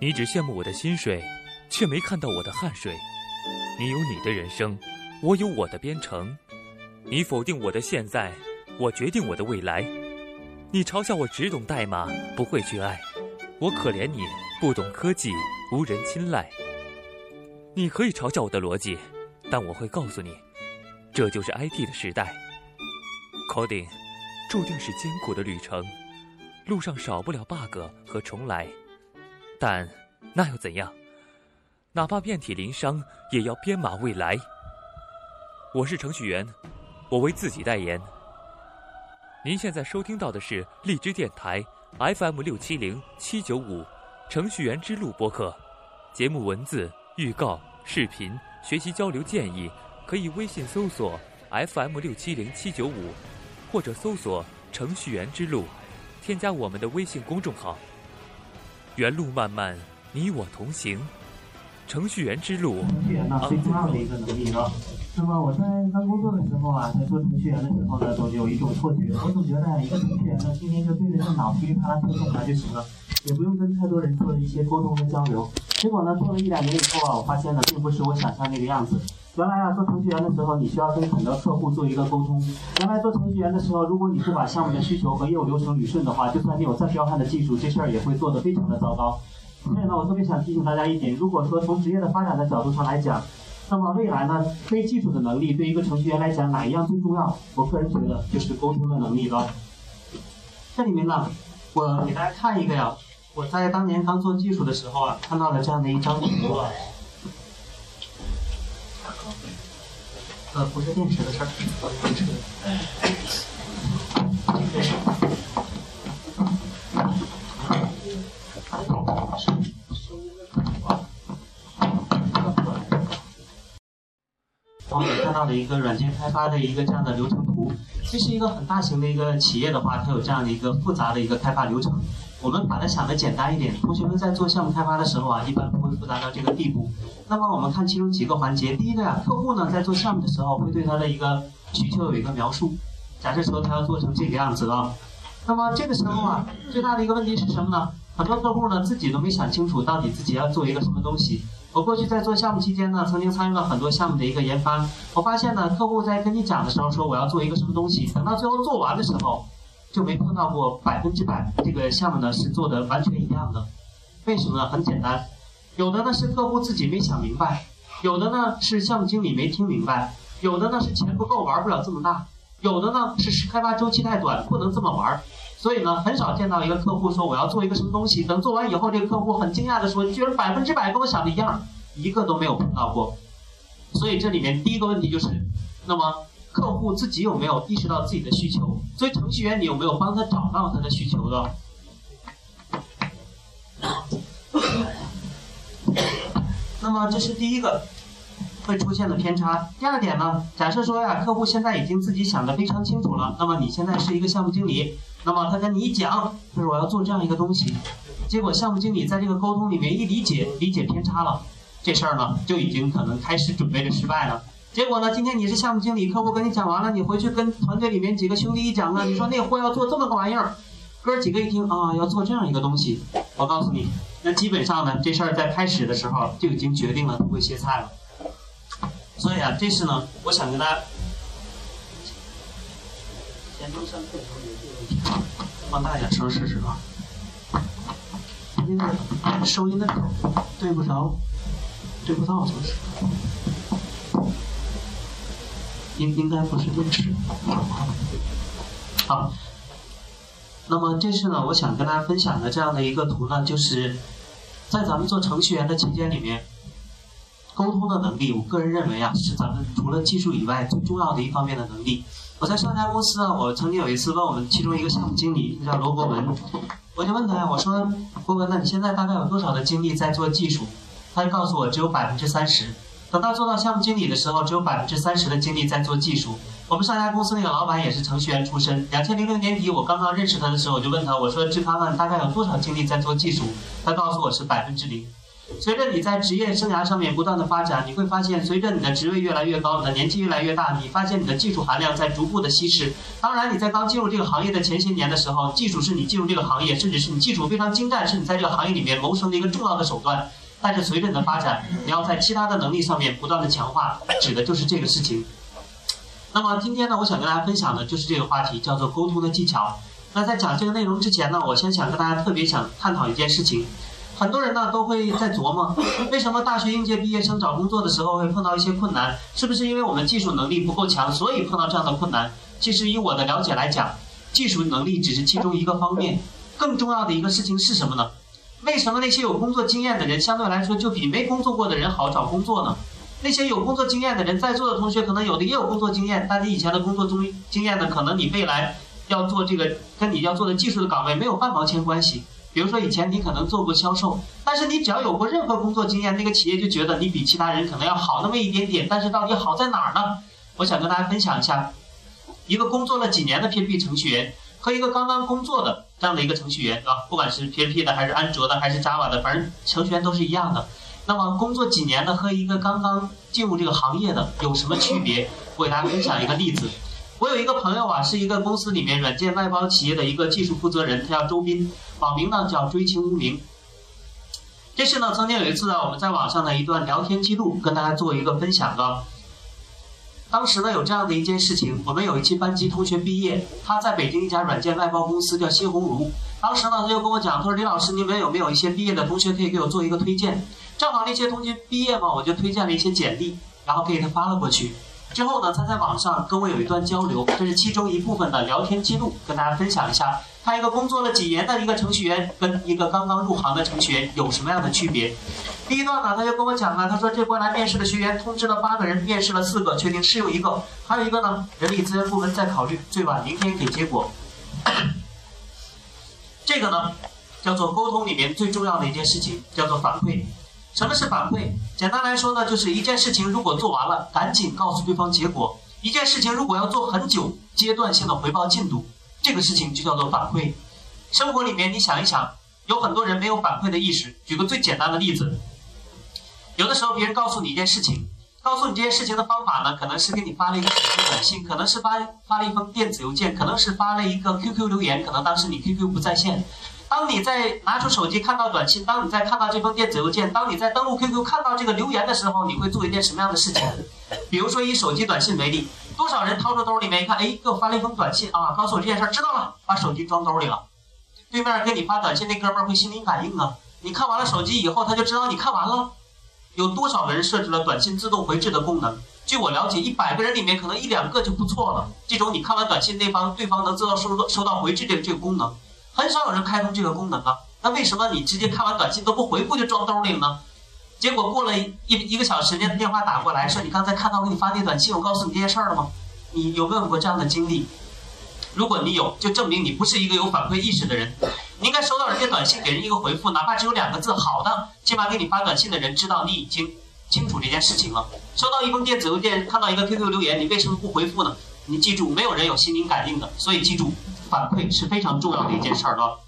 你只羡慕我的薪水，却没看到我的汗水。你有你的人生，我有我的编程。你否定我的现在，我决定我的未来。你嘲笑我只懂代码，不会去爱。我可怜你不懂科技，无人青睐。你可以嘲笑我的逻辑，但我会告诉你，这就是 IT 的时代。Coding 注定是艰苦的旅程，路上少不了 bug 和重来。但那又怎样？哪怕遍体鳞伤，也要编码未来。我是程序员，我为自己代言。您现在收听到的是荔枝电台 FM670795程序员之路播客。节目文字、预告、视频、学习交流建议，可以微信搜索 FM670795，或者搜索程序员之路，添加我们的微信公众号。原路漫漫，你我同行。程序员之路， 程序员呢最重要的一个能力呢。那么我在刚工作的时候啊，在做程序员的时候呢，总有一种错觉，我总觉得一个程序员呢，天天就对着电脑噼里啪啦推送它就行了，也不用跟太多人做一些沟通和交流。结果呢，做了1、2年以后啊，我发现呢，并不是我想象那个样子。原来啊，做程序员的时候，你需要跟很多客户做一个沟通。原来做程序员的时候，如果你不把项目的需求和业务流程捋顺的话，就算你有再彪悍的技术，这事儿也会做得非常的糟糕。所以呢，我特别想提醒大家一点，如果说从职业的发展的角度上来讲，那么未来呢，非技术的能力对一个程序员来讲，哪一样最重要？我个人觉得就是沟通的能力了。这里面呢，我给大家看一个呀，我在当年刚做技术的时候啊，看到了这样的一张图啊。不是电池的事儿，电池的。我们看到的一个软件开发的一个这样的流程图，这是一个很大型的一个企业的话，它有这样的一个复杂的一个开发流程。我们把它想得简单一点，同学们在做项目开发的时候啊，一般不会复杂到这个地步。那么我们看其中几个环节，第一个呀，客户呢在做项目的时候会对他的一个需求有一个描述，假设说他要做成这个样子啊，那么这个时候啊，最大的一个问题是什么呢？很多客户呢自己都没想清楚到底自己要做一个什么东西。我过去在做项目期间呢，曾经参与了很多项目的一个研发，我发现呢，客户在跟你讲的时候说我要做一个什么东西，等到最后做完的时候，就没碰到过100%这个项目呢是做的完全一样的。为什么呢？很简单，有的呢是客户自己没想明白，有的呢是项目经理没听明白，有的呢是钱不够玩不了这么大，有的呢是开发周期太短不能这么玩。所以呢，很少见到一个客户说我要做一个什么东西，等做完以后，这个客户很惊讶的说，居然100%跟我想的一样，一个都没有碰到过。所以这里面第一个问题就是，那么客户自己有没有意识到自己的需求？所以程序员你有没有帮他找到他的需求的？那么这是第一个会出现的偏差。第二点呢，假设说呀，客户现在已经自己想得非常清楚了，那么你现在是一个项目经理，那么他跟你一讲，他说我要做这样一个东西，结果项目经理在这个沟通里面一理解偏差了，这事儿呢就已经可能开始准备着失败了。结果呢，今天你是项目经理，客户跟你讲完了，你回去跟团队里面几个兄弟一讲了，你说那货要做这么个玩意儿，哥几个一听啊，要做这样一个东西，我告诉你，那基本上呢，这事儿在开始的时候就已经决定了他会歇菜了。所以啊，这是呢，我想跟大家先都上课的时候有这个问题啊，放大点声试试啊。那个收音的口对不着，对不到，是不是？应该不是电池。好，那么这是呢，我想跟大家分享的这样的一个图呢，就是在咱们做程序员的期间里面，沟通的能力，我个人认为啊，是咱们除了技术以外最重要的一方面的能力。我在上家公司啊，我曾经有一次问我们其中一个项目经理，叫罗国文，我就问他，我说国文，那你现在大概有多少的精力在做技术？他就告诉我只有30%。等到做到项目经理的时候，只有30%的精力在做技术。我们上家公司那个老板也是程序员出身。2006年底，我刚刚认识他的时候，我就问他，我说志康啊，大概有多少精力在做技术？他告诉我是0%。 随着你在职业生涯上面不断的发展，你会发现随着你的职位越来越高，你的年纪越来越大，你发现你的技术含量在逐步的稀释。当然你在刚进入这个行业的前些年的时候，技术是你进入这个行业，甚至是你技术非常精湛，是你在这个行业里面谋生的一个重要的手段。但是随着你的发展，你要在其他的能力上面不断的强化，指的就是这个事情。那么今天呢，我想跟大家分享的就是这个话题，叫做沟通的技巧。那在讲这个内容之前呢，我先想跟大家特别想探讨一件事情。很多人呢都会在琢磨，为什么大学应届毕业生找工作的时候会碰到一些困难？是不是因为我们技术能力不够强，所以碰到这样的困难？其实以我的了解来讲，技术能力只是其中一个方面，更重要的一个事情是什么呢？为什么那些有工作经验的人相对来说就比没工作过的人好找工作呢？那些有工作经验的人，在座的同学可能有的也有工作经验，但你以前的工作经验呢，可能你未来要做这个跟你要做的技术的岗位没有半毛钱关系。比如说以前你可能做过销售，但是你只要有过任何工作经验，那个企业就觉得你比其他人可能要好那么一点点，但是到底好在哪儿呢？我想跟大家分享一下，一个工作了几年的 PHP 程序员和一个刚刚工作的这样的一个程序员，对吧？不管是 PHP 的还是安卓的还是 Java 的，反正程序员都是一样的。那么工作几年的和一个刚刚进入这个行业的有什么区别？我给大家分享一个例子。我有一个朋友啊，是一个公司里面软件外包企业的一个技术负责人，他叫周斌，网名呢叫追清无名。这是呢曾经有一次呢，我们在网上的一段聊天记录，跟大家做一个分享的。当时呢有这样的一件事情，我们有一期班级同学毕业，他在北京一家软件外包公司叫新鸿儒。当时呢他就跟我讲，他说李老师，你们有没有一些毕业的同学可以给我做一个推荐？正好那些同学毕业嘛，我就推荐了一些简历，然后给他发了过去。之后呢，他在网上跟我有一段交流，这是其中一部分的聊天记录，跟大家分享一下。他一个工作了几年的一个程序员，跟一个刚刚入行的程序员有什么样的区别？第一段呢，他就跟我讲了，他说这波来面试的学员通知了8个人，面试了4个，确定试用1个，还有一个呢，人力资源部门在考虑，最晚明天给结果。这个呢，叫做沟通里面最重要的一件事情，叫做反馈。什么是反馈？简单来说呢，就是一件事情如果做完了，赶紧告诉对方结果；一件事情如果要做很久，阶段性的回报进度，这个事情就叫做反馈。生活里面你想一想，有很多人没有反馈的意识。举个最简单的例子，有的时候别人告诉你一件事情，告诉你这件事情的方法呢，可能是给你发了一个简讯短信，可能是发了一封电子邮件，可能是发了一个 QQ 留言，可能当时你 QQ 不在线。当你在拿出手机看到短信，当你在看到这封电子邮件，当你在登录 QQ 看到这个留言的时候，你会做一件什么样的事情？比如说以手机短信为例，多少人掏出兜里面一看，哎，给我发了一封短信啊，告诉我这件事，知道了，把手机装兜里了。对面给你发短信那哥们儿会心灵感应啊，你看完了手机以后，他就知道你看完了。有多少个人设置了短信自动回执的功能？据我了解，100个人里面可能1、2个就不错了。这种你看完短信对方能知道收到回执这个功能。很少有人开通这个功能啊，那为什么你直接看完短信都不回复就装兜里了呢？结果过了一个小时，人家电话打过来说，你刚才看到我给你发那短信，我告诉你这件事儿了吗？你有没有过这样的经历？如果你有，就证明你不是一个有反馈意识的人。你应该收到人家短信，给人一个回复，哪怕只有2个字，好的，起码给你发短信的人知道你已经清楚这件事情了。收到一封电子邮件，看到一个 QQ 留言，你为什么不回复呢？你记住，没有人有心灵感应的，所以记住，反馈是非常重要的一件事儿了。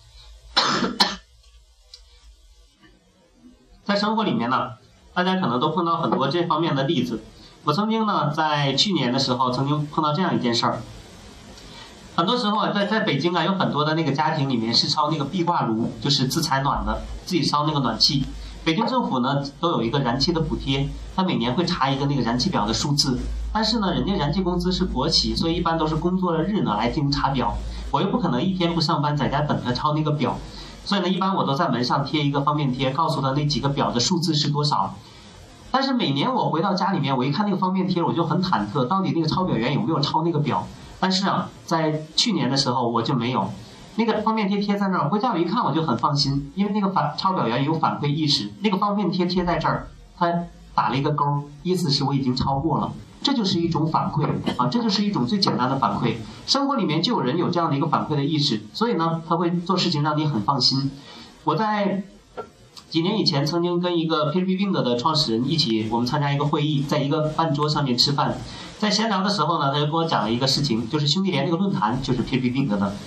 在生活里面呢，大家可能都碰到很多这方面的例子。我曾经呢，在去年的时候，曾经碰到这样一件事儿。很多时候啊，在北京啊，有很多的那个家庭里面是烧那个壁挂炉，就是自采暖的，自己烧那个暖气。北京政府呢都有一个燃气的补贴，它每年会查一个那个燃气表的数字。但是呢，人家燃气公司是国企，所以一般都是工作日呢来进行查表。我又不可能一天不上班，在家等着抄那个表，所以呢，一般我都在门上贴一个方便贴，告诉他那几个表的数字是多少。但是每年我回到家里面，我一看那个方便贴，我就很忐忑，到底那个抄表员有没有抄那个表？但是啊，在去年的时候我就没有。那个方便贴贴在那儿，回家我一看我就很放心，因为那个抄表员有反馈意识，那个方便贴贴在这儿，他打了一个勾，意思是我已经超过了，这就是一种反馈啊，这就是一种最简单的反馈。生活里面就有人有这样的一个反馈的意识，所以呢，他会做事情让你很放心。我在几年以前曾经跟一个 PHP Wind 的创始人一起，我们参加一个会议，在一个饭桌上面吃饭，在闲聊的时候呢，他就跟我讲了一个事情，就是兄弟连那个论坛就是 PHP Wind 的。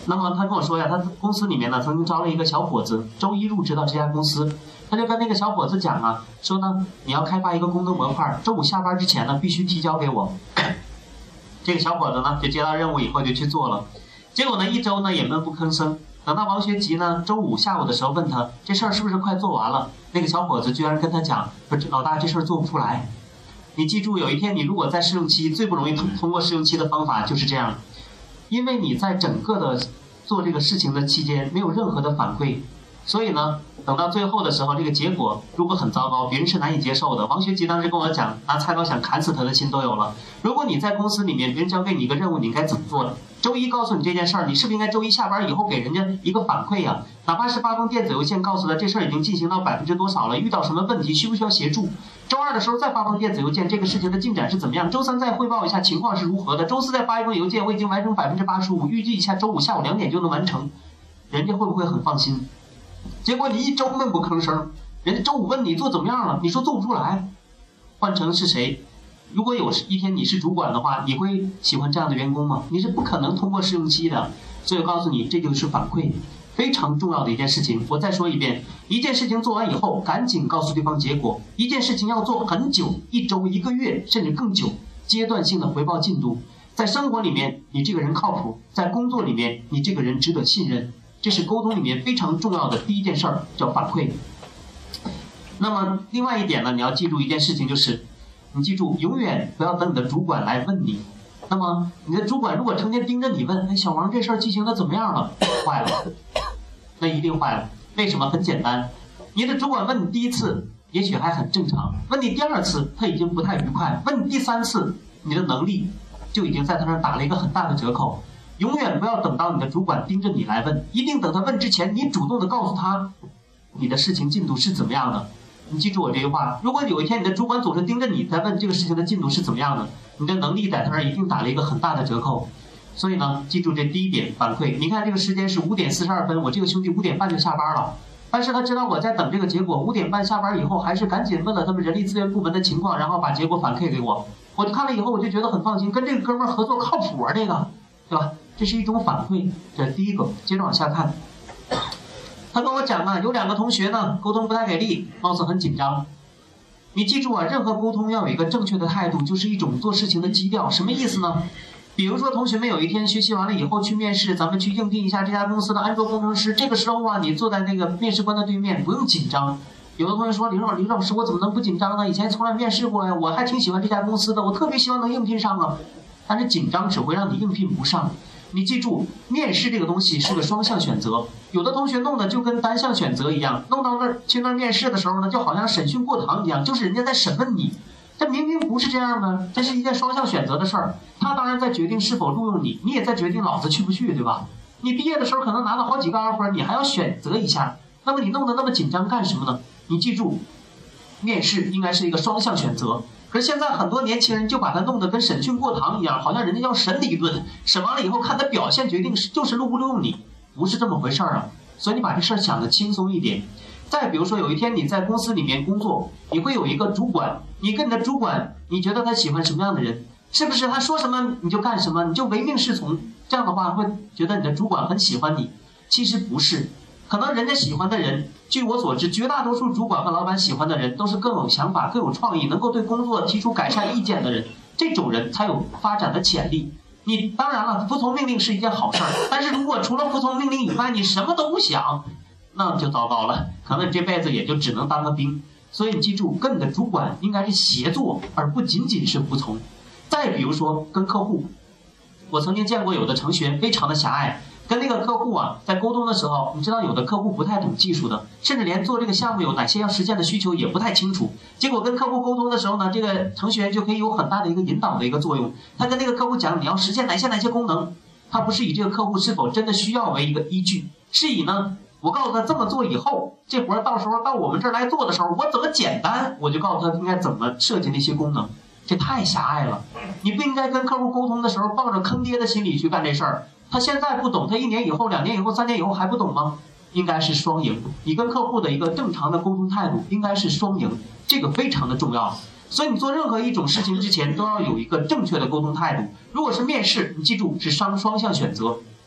那么他跟我说呀，他公司里面呢曾经招了一个小伙子，周一入职到这家公司，他就跟那个小伙子讲啊，说呢你要开发一个功能模块，周五下班之前呢必须提交给我。这个小伙子呢就接到任务以后就去做了，结果呢一周呢也闷不吭声。等到王学吉呢周五下午的时候问他这事儿是不是快做完了，那个小伙子居然跟他讲说老大这事儿做不出来。你记住，有一天你如果在试用期，最不容易通过试用期的方法就是这样，因为你在整个的做这个事情的期间没有任何的反馈，所以呢等到最后的时候，这个结果如果很糟糕，别人是难以接受的。王学吉当时跟我讲，拿菜刀想砍死他的心都有了。如果你在公司里面，别人交给你一个任务，你应该怎么做？周一告诉你这件事儿，你是不是应该周一下班以后给人家一个反馈呀？哪怕是发封电子邮件告诉他这事儿已经进行到多少了，遇到什么问题，需不需要协助？周二的时候再发封电子邮件，这个事情的进展是怎么样？周三再汇报一下情况是如何的？周四再发一封邮件，我已经完成85%，预计一下周五下午2点就能完成。人家会不会很放心？结果你一周闷不吭声，人家周五问你做怎么样了，你说做不出来。换成是谁？如果有一天你是主管的话，你会喜欢这样的员工吗？你是不可能通过试用期的。所以我告诉你，这就是反馈，非常重要的一件事情。我再说一遍，一件事情做完以后，赶紧告诉对方结果。一件事情要做很久，1周、1个月，甚至更久，阶段性的回报进度。在生活里面，你这个人靠谱；在工作里面，你这个人值得信任。这是沟通里面非常重要的第一件事儿，叫反馈。那么另外一点呢，你要记住一件事情，就是你记住，永远不要等你的主管来问你。那么你的主管如果成天盯着你问，哎，小王这事儿进行的怎么样了？坏了，那一定坏了。为什么？很简单，你的主管问你第一次，也许还很正常；问你第2次，他已经不太愉快；问你第3次，你的能力就已经在他那儿打了一个很大的折扣。永远不要等到你的主管盯着你来问，一定等他问之前，你主动的告诉他你的事情进度是怎么样的。你记住我这句话，如果有一天你的主管总是盯着你在问这个事情的进度是怎么样的，你的能力在他那儿一定打了一个很大的折扣。所以呢，记住这第一点反馈。你看这个时间是5点42分，我这个兄弟5点半就下班了，但是他知道我在等这个结果，5点半下班以后还是赶紧问了他们人力资源部门的情况，然后把结果反馈给我。我看了以后我就觉得很放心，跟这个哥们儿合作靠谱啊，这个对吧？这是一种反馈，这是第一个。接着往下看，他跟我讲啊，有2个同学呢沟通不太给力，貌似很紧张。你记住啊，任何沟通要有一个正确的态度，就是一种做事情的基调。什么意思呢？比如说同学们有一天学习完了以后去面试，咱们去应聘一下这家公司的安卓工程师，这个时候啊，你坐在那个面试官的对面，不用紧张。有的同学说，李老师，我怎么能不紧张呢？以前从来面试过呀，我还挺喜欢这家公司的，我特别希望能应聘上啊。但是紧张只会让你应聘不上。你记住，面试这个东西是个双向选择，有的同学弄的就跟单向选择一样，弄到那儿去那儿面试的时候呢，就好像审讯过堂一样，就是人家在审问你。这明明不是这样的，这是一件双向选择的事儿。他当然在决定是否录用你，你也在决定老子去不去，对吧？你毕业的时候可能拿到好几个 offer， 你还要选择一下，那么你弄得那么紧张干什么呢？你记住，面试应该是一个双向选择。可是现在很多年轻人就把它弄得跟审讯过堂一样，好像人家要审你一顿，审完了以后看他表现决定就是录不录用你，不是这么回事儿啊。所以你把这事儿想得轻松一点。再比如说有一天你在公司里面工作，你会有一个主管，你跟你的主管，你觉得他喜欢什么样的人？是不是他说什么你就干什么，你就唯命是从？这样的话会觉得你的主管很喜欢你。其实不是，可能人家喜欢的人，据我所知，绝大多数主管和老板喜欢的人都是更有想法、更有创意，能够对工作提出改善意见的人。这种人才有发展的潜力。你当然了，服从命令是一件好事儿，但是如果除了服从命令以外，你什么都不想，那就糟糕了，可能这辈子也就只能当个兵。所以你记住，跟你的主管应该是协作，而不仅仅是服从。再比如说跟客户，我曾经见过有的程序员非常的狭隘，跟那个客户啊在沟通的时候，你知道有的客户不太懂技术的，甚至连做这个项目有哪些要实现的需求也不太清楚。结果跟客户沟通的时候呢，这个程序员就可以有很大的一个引导的一个作用。他跟那个客户讲你要实现哪些功能，他不是以这个客户是否真的需要为一个依据，是以呢我告诉他这么做以后，这活到时候到我们这儿来做的时候，我怎么简单，我就告诉他应该怎么设计那些功能。这太狭隘了，你不应该跟客户沟通的时候抱着坑爹的心理去干这事儿。他现在不懂，他1年以后、2年以后、3年以后还不懂吗？应该是双赢。你跟客户的一个正常的沟通态度应该是双赢，这个非常的重要。所以你做任何一种事情之前都要有一个正确的沟通态度。如果是面试，你记住是双向选择。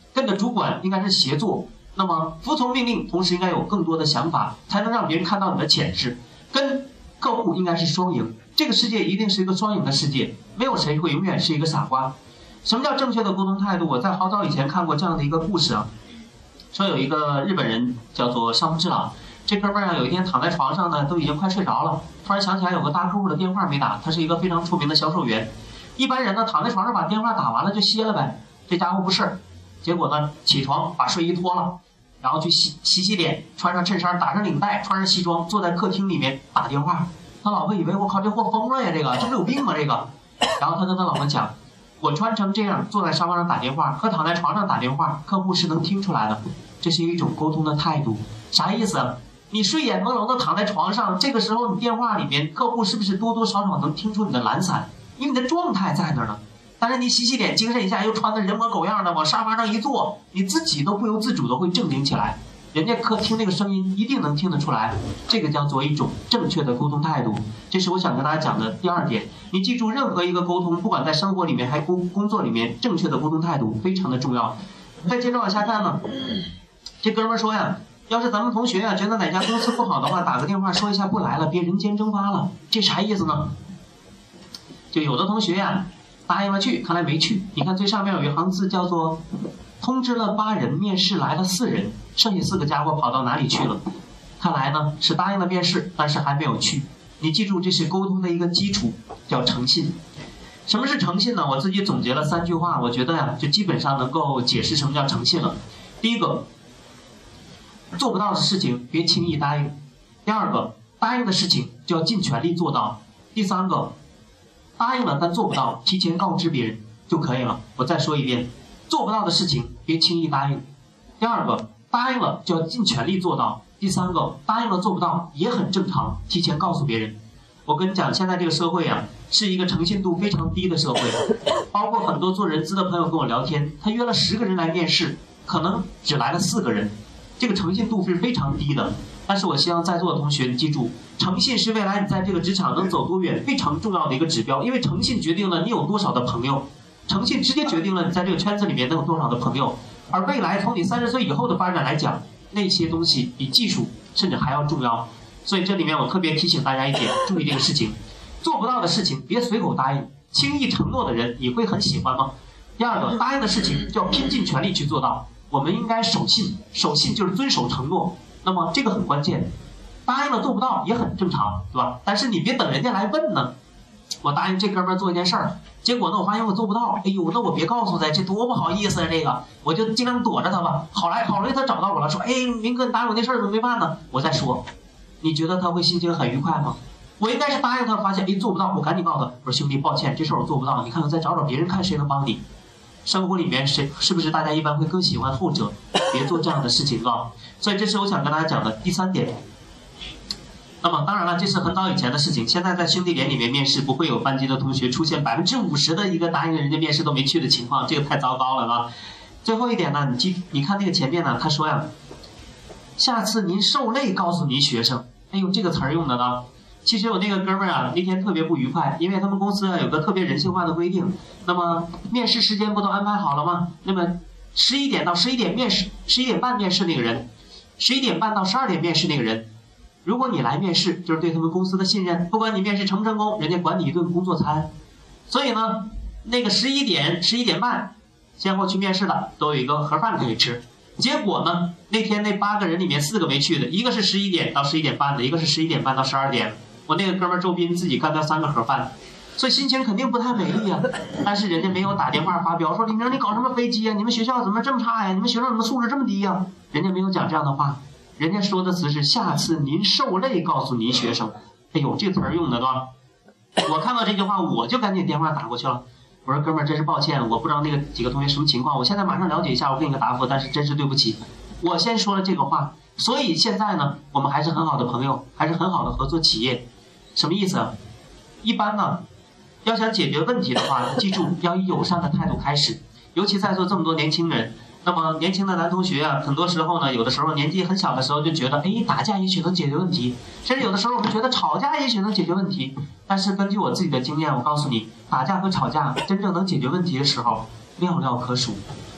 跟着主管应该是协作，那么服从命令，同时应该有更多的想法，才能让别人看到你的潜质。跟客户应该是双赢，这个世界一定是一个双赢的世界，没有谁会永远是一个傻瓜。什么叫正确的沟通态度？我在好早以前看过这样的一个故事啊，说有一个日本人叫做上福治郎，这哥们儿有一天躺在床上呢，都已经快睡着了，突然想起来有个大客户的电话没打，他是一个非常出名的销售员。一般人呢躺在床上把电话打完了就歇了呗，这家伙不是，结果呢起床把睡衣脱了，然后去洗脸，穿上衬衫，打上领带，穿上西装，坐在客厅里面打电话。他老婆以为我靠这货疯了呀，这是有病吗这个？然后他跟他老婆讲，我穿成这样坐在沙发上打电话和躺在床上打电话，客户是能听出来的，这是一种沟通的态度。啥意思？你睡眼朦胧的躺在床上，这个时候你电话里面客户是不是多多少少能听出你的懒散？因为你的状态在那儿呢。但是你洗脸精神一下，又穿的人模狗样的往沙发上一坐，你自己都不由自主的会正经起来，人家客听那个声音一定能听得出来，这个叫做一种正确的沟通态度。这是我想跟大家讲的第二点。你记住，任何一个沟通，不管在生活里面还工作里面，正确的沟通态度非常的重要。再接着往下看呢，这哥们说呀，要是咱们同学呀觉得哪家公司不好的话，打个电话说一下不来了，别人间蒸发了。这啥意思呢？就有的同学呀答应了去，看来没去。你看最上面有一行字叫做通知了8人，面试来了4人，剩下4个家伙跑到哪里去了？看来呢是答应了面试，但是还没有去。你记住，这是沟通的一个基础，叫诚信。什么是诚信呢？我自己总结了3句话，我觉得呀就基本上能够解释什么叫诚信了。第一个，做不到的事情别轻易答应；第二个，答应的事情就要尽全力做到；第三个，答应了但做不到，提前告知别人就可以了。我再说一遍，做不到的事情别轻易答应；第二个，答应了就要尽全力做到；第三个，答应了做不到也很正常，提前告诉别人。我跟你讲，现在这个社会啊，是一个诚信度非常低的社会，包括很多做人资的朋友跟我聊天，他约了10个人来面试，可能只来了4个人，这个诚信度是非常低的。但是我希望在座的同学，你记住，诚信是未来你在这个职场能走多远非常重要的一个指标，因为诚信决定了你有多少的朋友，诚信直接决定了你在这个圈子里面能有多少的朋友。而未来从你30岁以后的发展来讲，那些东西比技术甚至还要重要。所以这里面我特别提醒大家一点，注意这个事情，做不到的事情别随口答应，轻易承诺的人你会很喜欢吗？第二个，答应的事情就要拼尽全力去做到，我们应该守信，守信就是遵守承诺，那么这个很关键。答应了做不到也很正常，对吧？但是你别等人家来问呢，我答应这哥们儿做一件事儿，结果呢我发现我做不到，哎呦，那我别告诉他，这多不好意思啊，这个我就尽量躲着他吧。好来好来他找到我了，说，哎，明哥你答应我那事儿怎么没办呢？我再说，你觉得他会心情很愉快吗？我应该是答应他，发现做不到，我赶紧告诉他，我说兄弟抱歉，这事儿我做不到，你看看再找找别人，看谁能帮你。生活里面是不是大家一般会更喜欢后者？别做这样的事情啊！所以这是我想跟大家讲的第3点。那么当然了，这是很早以前的事情，现在在兄弟连里面面试，不会有班级的同学出现50%的一个答应人家面试都没去的情况，这个太糟糕了啊！最后一点呢，你看那个前面呢，他说呀，下次您受累告诉您学生，哎呦，这个词儿用的呢。其实我那个哥们儿啊，那天特别不愉快，因为他们公司有个特别人性化的规定。那么面试时间不都安排好了吗？那么11点到11点面试，11点半面试那个人，11点半到12点面试那个人，如果你来面试，就是对他们公司的信任，不管你面试成不成功，人家管你一顿工作餐。所以呢，那个11点、11点半先后去面试的，都有一个盒饭可以吃。结果呢，那天那8个人里面4个没去的，一个是11点到11点半的，一个是11点半到12点。我那个哥们儿周斌自己干掉3个盒饭，所以心情肯定不太美丽啊。但是人家没有打电话发飙说，李明你搞什么飞机啊？你们学校怎么这么差呀？你们学生怎么素质这么低呀？人家没有讲这样的话，人家说的词是下次您受累告诉您学生。哎呦，这词儿用的吧？我看到这句话我就赶紧电话打过去了，我说哥们儿真是抱歉，我不知道那个几个同学什么情况，我现在马上了解一下，我给你个答复，但是真是对不起，我先说了这个话。所以现在呢，我们还是很好的朋友，还是很好的合作企业。什么意思啊？一般呢，要想解决问题的话，记住要以友善的态度开始。尤其在座这么多年轻人，那么年轻的男同学啊，很多时候呢，有的时候年纪很小的时候就觉得，打架也许能解决问题，甚至有的时候我们觉得吵架也许能解决问题。但是根据我自己的经验，我告诉你，打架和吵架真正能解决问题的时候，寥寥可数。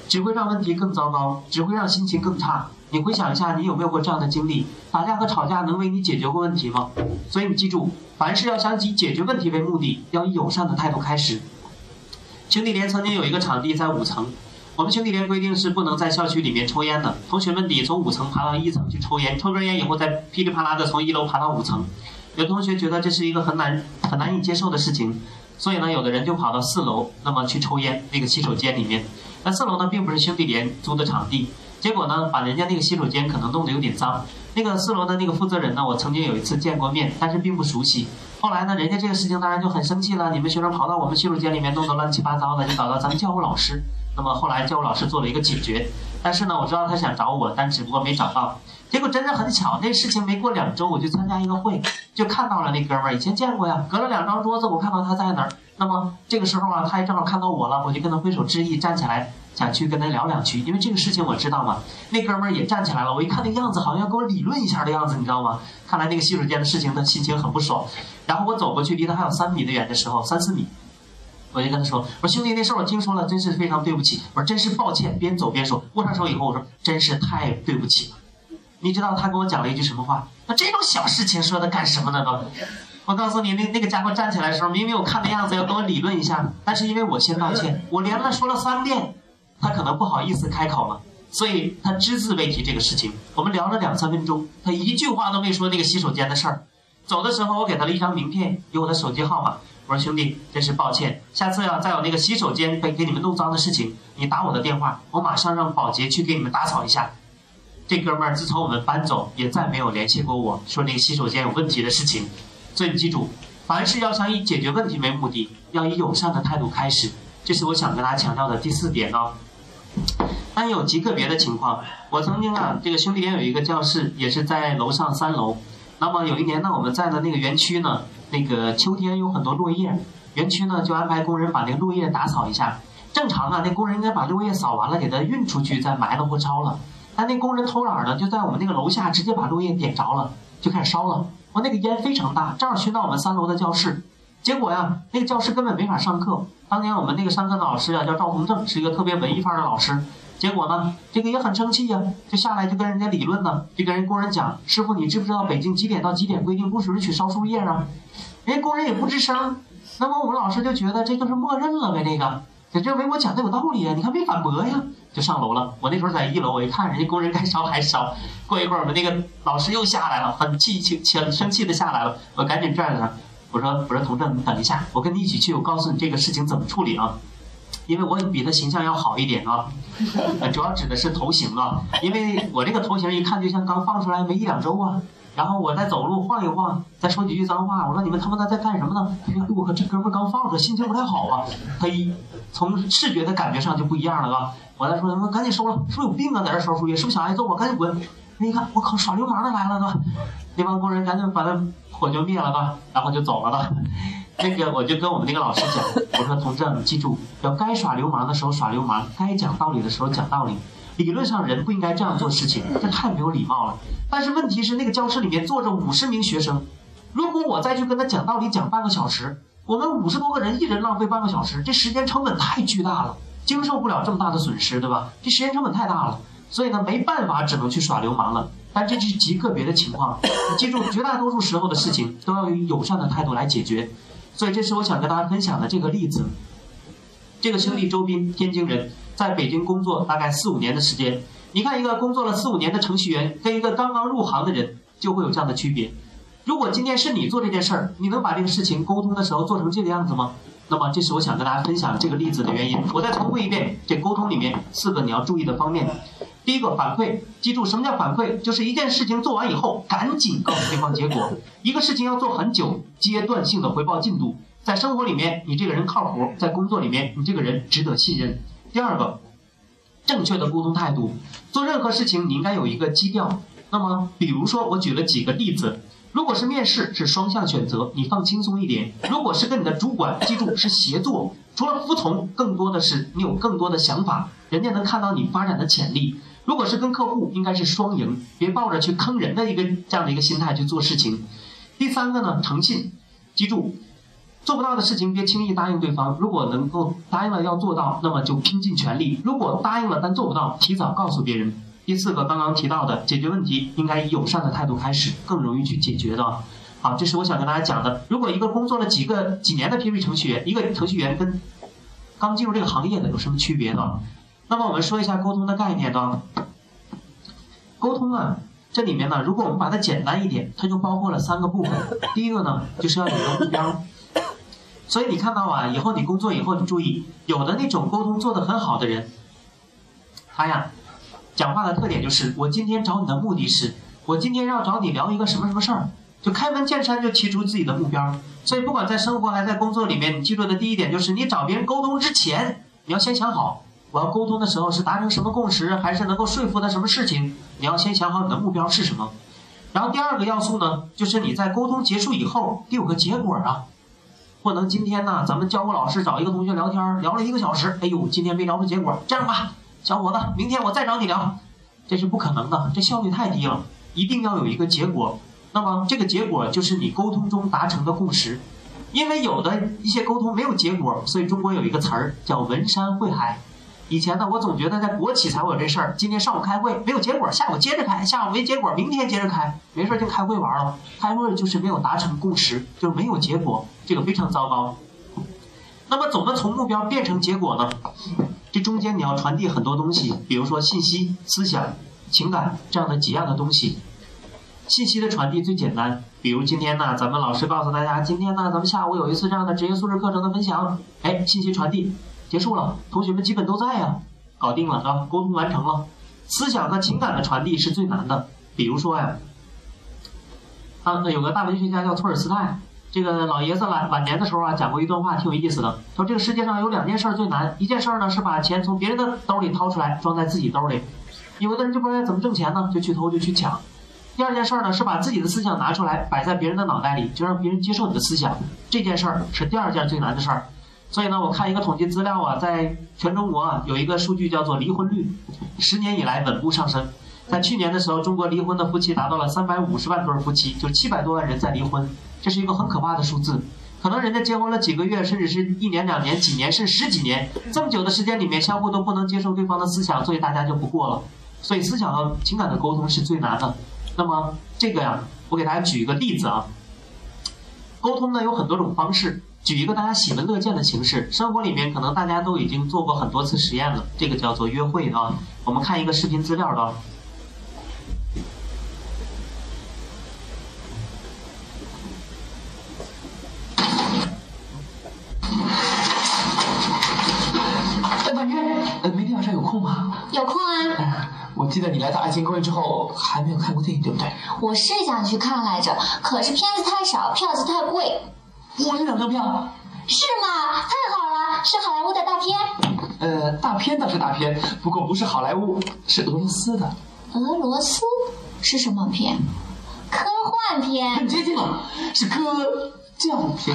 只会让问题更糟糕，只会让心情更差。你回想一下，你有没有过这样的经历？打架和吵架能为你解决过问题吗？所以你记住，凡事要想以解决问题为目的，要以友善的态度开始。兄弟连曾经有一个场地在5层，我们兄弟连规定是不能在校区里面抽烟的。同学们得从5层爬到1层去抽烟，抽根烟以后再噼里啪啦的从1楼爬到5层。有同学觉得这是一个很难以接受的事情，所以呢，有的人就跑到4楼，那么去抽烟，那个洗手间里面。那4楼呢，并不是兄弟连租的场地，结果呢，把人家那个洗手间可能弄得有点脏。那个4楼的那个负责人呢，我曾经有一次见过面，但是并不熟悉。后来呢，人家这个事情当然就很生气了，你们学生跑到我们洗手间里面弄得乱七八糟的，就搞到咱们教务老师。那么后来教务老师做了一个解决，但是呢，我知道他想找我，但只不过没找到。结果真的很巧，那事情没过2周，我去参加一个会，就看到了那哥们儿，以前见过呀，隔了2张桌子，我看到他在那儿。那么这个时候啊，他也正好看到我了，我就跟他挥手致意，站起来想去跟他聊2句，因为这个事情我知道嘛。那哥们儿也站起来了，我一看那个样子，好像要跟我理论一下的样子，你知道吗？看来那个洗手间的事情，他心情很不爽。然后我走过去，离他还有3米的远的时候，3、4米。我就跟他说，我说兄弟，那事儿我听说了，真是非常对不起。我说真是抱歉，边走边说。握上手以后，我说真是太对不起了。你知道他跟我讲了一句什么话？那这种小事情说的干什么呢？我告诉你，那个家伙站起来的时候，明明我看的样子要跟我理论一下，但是因为我先道歉，我连了说了3遍，他可能不好意思开口了，所以他只字未提这个事情。我们聊了2、3分钟，他一句话都没说那个洗手间的事儿。走的时候，我给他了一张名片，有我的手机号码。我说兄弟，真是抱歉，下次再有那个洗手间被给你们弄脏的事情，你打我的电话，我马上让保洁去给你们打扫一下。这哥们儿自从我们搬走，也再没有联系过我，说那个洗手间有问题的事情。所以你记住，凡事要想以解决问题为目的，要以友善的态度开始，这是我想跟大家强调的第4点啊。但有极个别的情况，我曾经啊，这个兄弟连有一个教室，也是在楼上3楼。那么有一年呢，我们在的那个园区呢，那个秋天有很多落叶，园区呢就安排工人把那个落叶打扫一下。正常啊，那工人应该把落叶扫完了，给它运出去，再埋了或抄了。但那工人偷懒呢，就在我们那个楼下直接把落叶点着了，就开始烧了。那个烟非常大，正好熏到我们3楼的教室。结果呀，那个教室根本没法上课。当年我们那个上课的老师啊，叫赵洪正，是一个特别文艺范儿的老师。结果呢，这个也很生气呀，就下来就跟人家理论呢，就跟人工人讲，师傅，你知不知道北京几点到几点规定不允许烧树叶啊？人家工人也不吱声。那么我们老师就觉得这就是默认了呗，这个就认为我讲的有道理啊，你看没反驳呀，就上楼了。我那时候在1楼，我一看人家工人该烧还烧。过一会儿我们那个老师又下来了，很生气的下来了，我赶紧拽着他，我说童正，你等一下，我跟你一起去，我告诉你这个事情怎么处理啊。因为我比他形象要好一点啊，主要指的是头型啊，因为我这个头型一看就像刚放出来没1、2周啊。然后我再走路晃一晃，再说几句脏话，我说你们他妈的在干什么呢？哎呀，我靠，这哥们儿刚放出来，心情不太好啊。他从视觉的感觉上就不一样了啊。我再说，赶紧收了，是不是有病啊，在这烧树叶，是不是想挨揍啊？赶紧滚！一看，我靠，耍流氓的来了吧？那帮工人赶紧把他火就灭了吧，然后就走了吧。那个我就跟我们那个老师讲，我说同志，你记住，要该耍流氓的时候耍流氓，该讲道理的时候讲道理。理论上人不应该这样做事情，这太没有礼貌了。但是问题是，那个教室里面坐着50名学生，如果我再去跟他讲道理讲半个小时，我们50多个人一人浪费半个小时，这时间成本太巨大了，经受不了这么大的损失，对吧？这时间成本太大了，所以呢没办法，只能去耍流氓了。但这是极个别的情况，你记住，绝大多数时候的事情都要以友善的态度来解决。所以这是我想跟大家分享的这个例子。这个兄弟周斌，天津人，在北京工作大概4、5年的时间。你看，一个工作了4、5年的程序员跟一个刚刚入行的人就会有这样的区别。如果今天是你做这件事儿，你能把这个事情沟通的时候做成这个样子吗？那么这是我想跟大家分享这个例子的原因。我再重复一遍，这沟通里面4个你要注意的方面。第一个，反馈，记住什么叫反馈，就是一件事情做完以后赶紧告诉对方结果。一个事情要做很久，阶段性的回报进度。在生活里面你这个人靠谱，在工作里面你这个人值得信任。第二个，正确的沟通态度，做任何事情你应该有一个基调。那么比如说我举了几个例子，如果是面试是双向选择，你放轻松一点；如果是跟你的主管，记住是协作，除了服从更多的是你有更多的想法，人家能看到你发展的潜力。如果是跟客户，应该是双赢，别抱着去坑人的这样的一个心态去做事情。第三个呢，诚信，记住做不到的事情别轻易答应对方，如果能够答应了要做到，那么就拼尽全力；如果答应了但做不到，提早告诉别人。第4个，刚刚提到的，解决问题应该以友善的态度开始，更容易去解决的。好，这是我想跟大家讲的。如果一个工作了几年的 PHP 程序员，一个程序员跟刚进入这个行业的有什么区别呢？那么我们说一下沟通的概念呢。沟通啊，这里面呢，如果我们把它简单一点，它就包括了3个部分。第一个呢，就是要有一个目标。所以你看到啊，以后你工作以后，你注意，有的那种沟通做得很好的人，他呀，讲话的特点就是，我今天找你的目的是，我今天要找你聊一个什么什么事儿，就开门见山就提出自己的目标。所以不管在生活还在工作里面，你记住的第一点就是，你找别人沟通之前，你要先想好，我要沟通的时候是达成什么共识，还是能够说服他什么事情，你要先想好你的目标是什么。然后第2个要素呢，就是你在沟通结束以后得有个结果啊。不能今天呢，咱们教务老师找一个同学聊天，聊了1个小时，哎呦，今天没聊出结果。这样吧，小伙子，明天我再找你聊，这是不可能的，这效率太低了，一定要有一个结果。那么这个结果就是你沟通中达成的共识。因为有的一些沟通没有结果，所以中国有一个词儿叫文山会海。以前呢，我总觉得在国企才有这事儿，今天上午开会没有结果，下午接着开，下午没结果，明天接着开，没事就开会玩了。开会就是没有达成共识，就是没有结果，这个非常糟糕。那么怎么从目标变成结果呢？这中间你要传递很多东西，比如说信息、思想、情感这样的几样的东西。信息的传递最简单，比如今天呢，咱们老师告诉大家，今天呢，咱们下午有一次这样的职业素质课程的分享，哎，信息传递结束了，同学们基本都在呀，搞定了啊，沟通完成了。思想和情感的传递是最难的，比如说呀，有个大文学家叫托尔斯泰，这个老爷子晚年的时候啊，讲过一段话，挺有意思的。说这个世界上有2件事最难，一件事呢是把钱从别人的兜里掏出来，装在自己兜里。有的人就不知道怎么挣钱呢，就去偷就去抢。第2件事呢是把自己的思想拿出来，摆在别人的脑袋里，就让别人接受你的思想。这件事儿是第2件最难的事儿。所以呢，我看一个统计资料啊，在全中国啊有一个数据叫做离婚率，10年以来稳步上升。在去年的时候，中国离婚的夫妻达到了350万对夫妻，就700多万人在离婚，这是一个很可怕的数字。可能人家结婚了几个月，甚至是1年、2年、几年，甚至10几年，这么久的时间里面，相互都不能接受对方的思想，所以大家就不过了。所以思想和情感的沟通是最难的。那么这个呀，我给大家举一个例子啊。沟通呢有很多种方式，举一个大家喜闻乐见的形式，生活里面可能大家都已经做过很多次实验了，这个叫做约会啊。我们看一个视频资料的。 婉约，明天晚上有空吗？ 有空啊。 我记得你来到爱情公寓之后还没有看过电影，对不对？ 我是想去看来着，可是片子太少，票子太贵。 我有2张票。 是吗？太好了，是好莱坞的大片。 大片倒是大片，不过不是好莱坞，是俄罗斯的。 俄罗斯是什么片？科幻片。 很接近了，是科教片。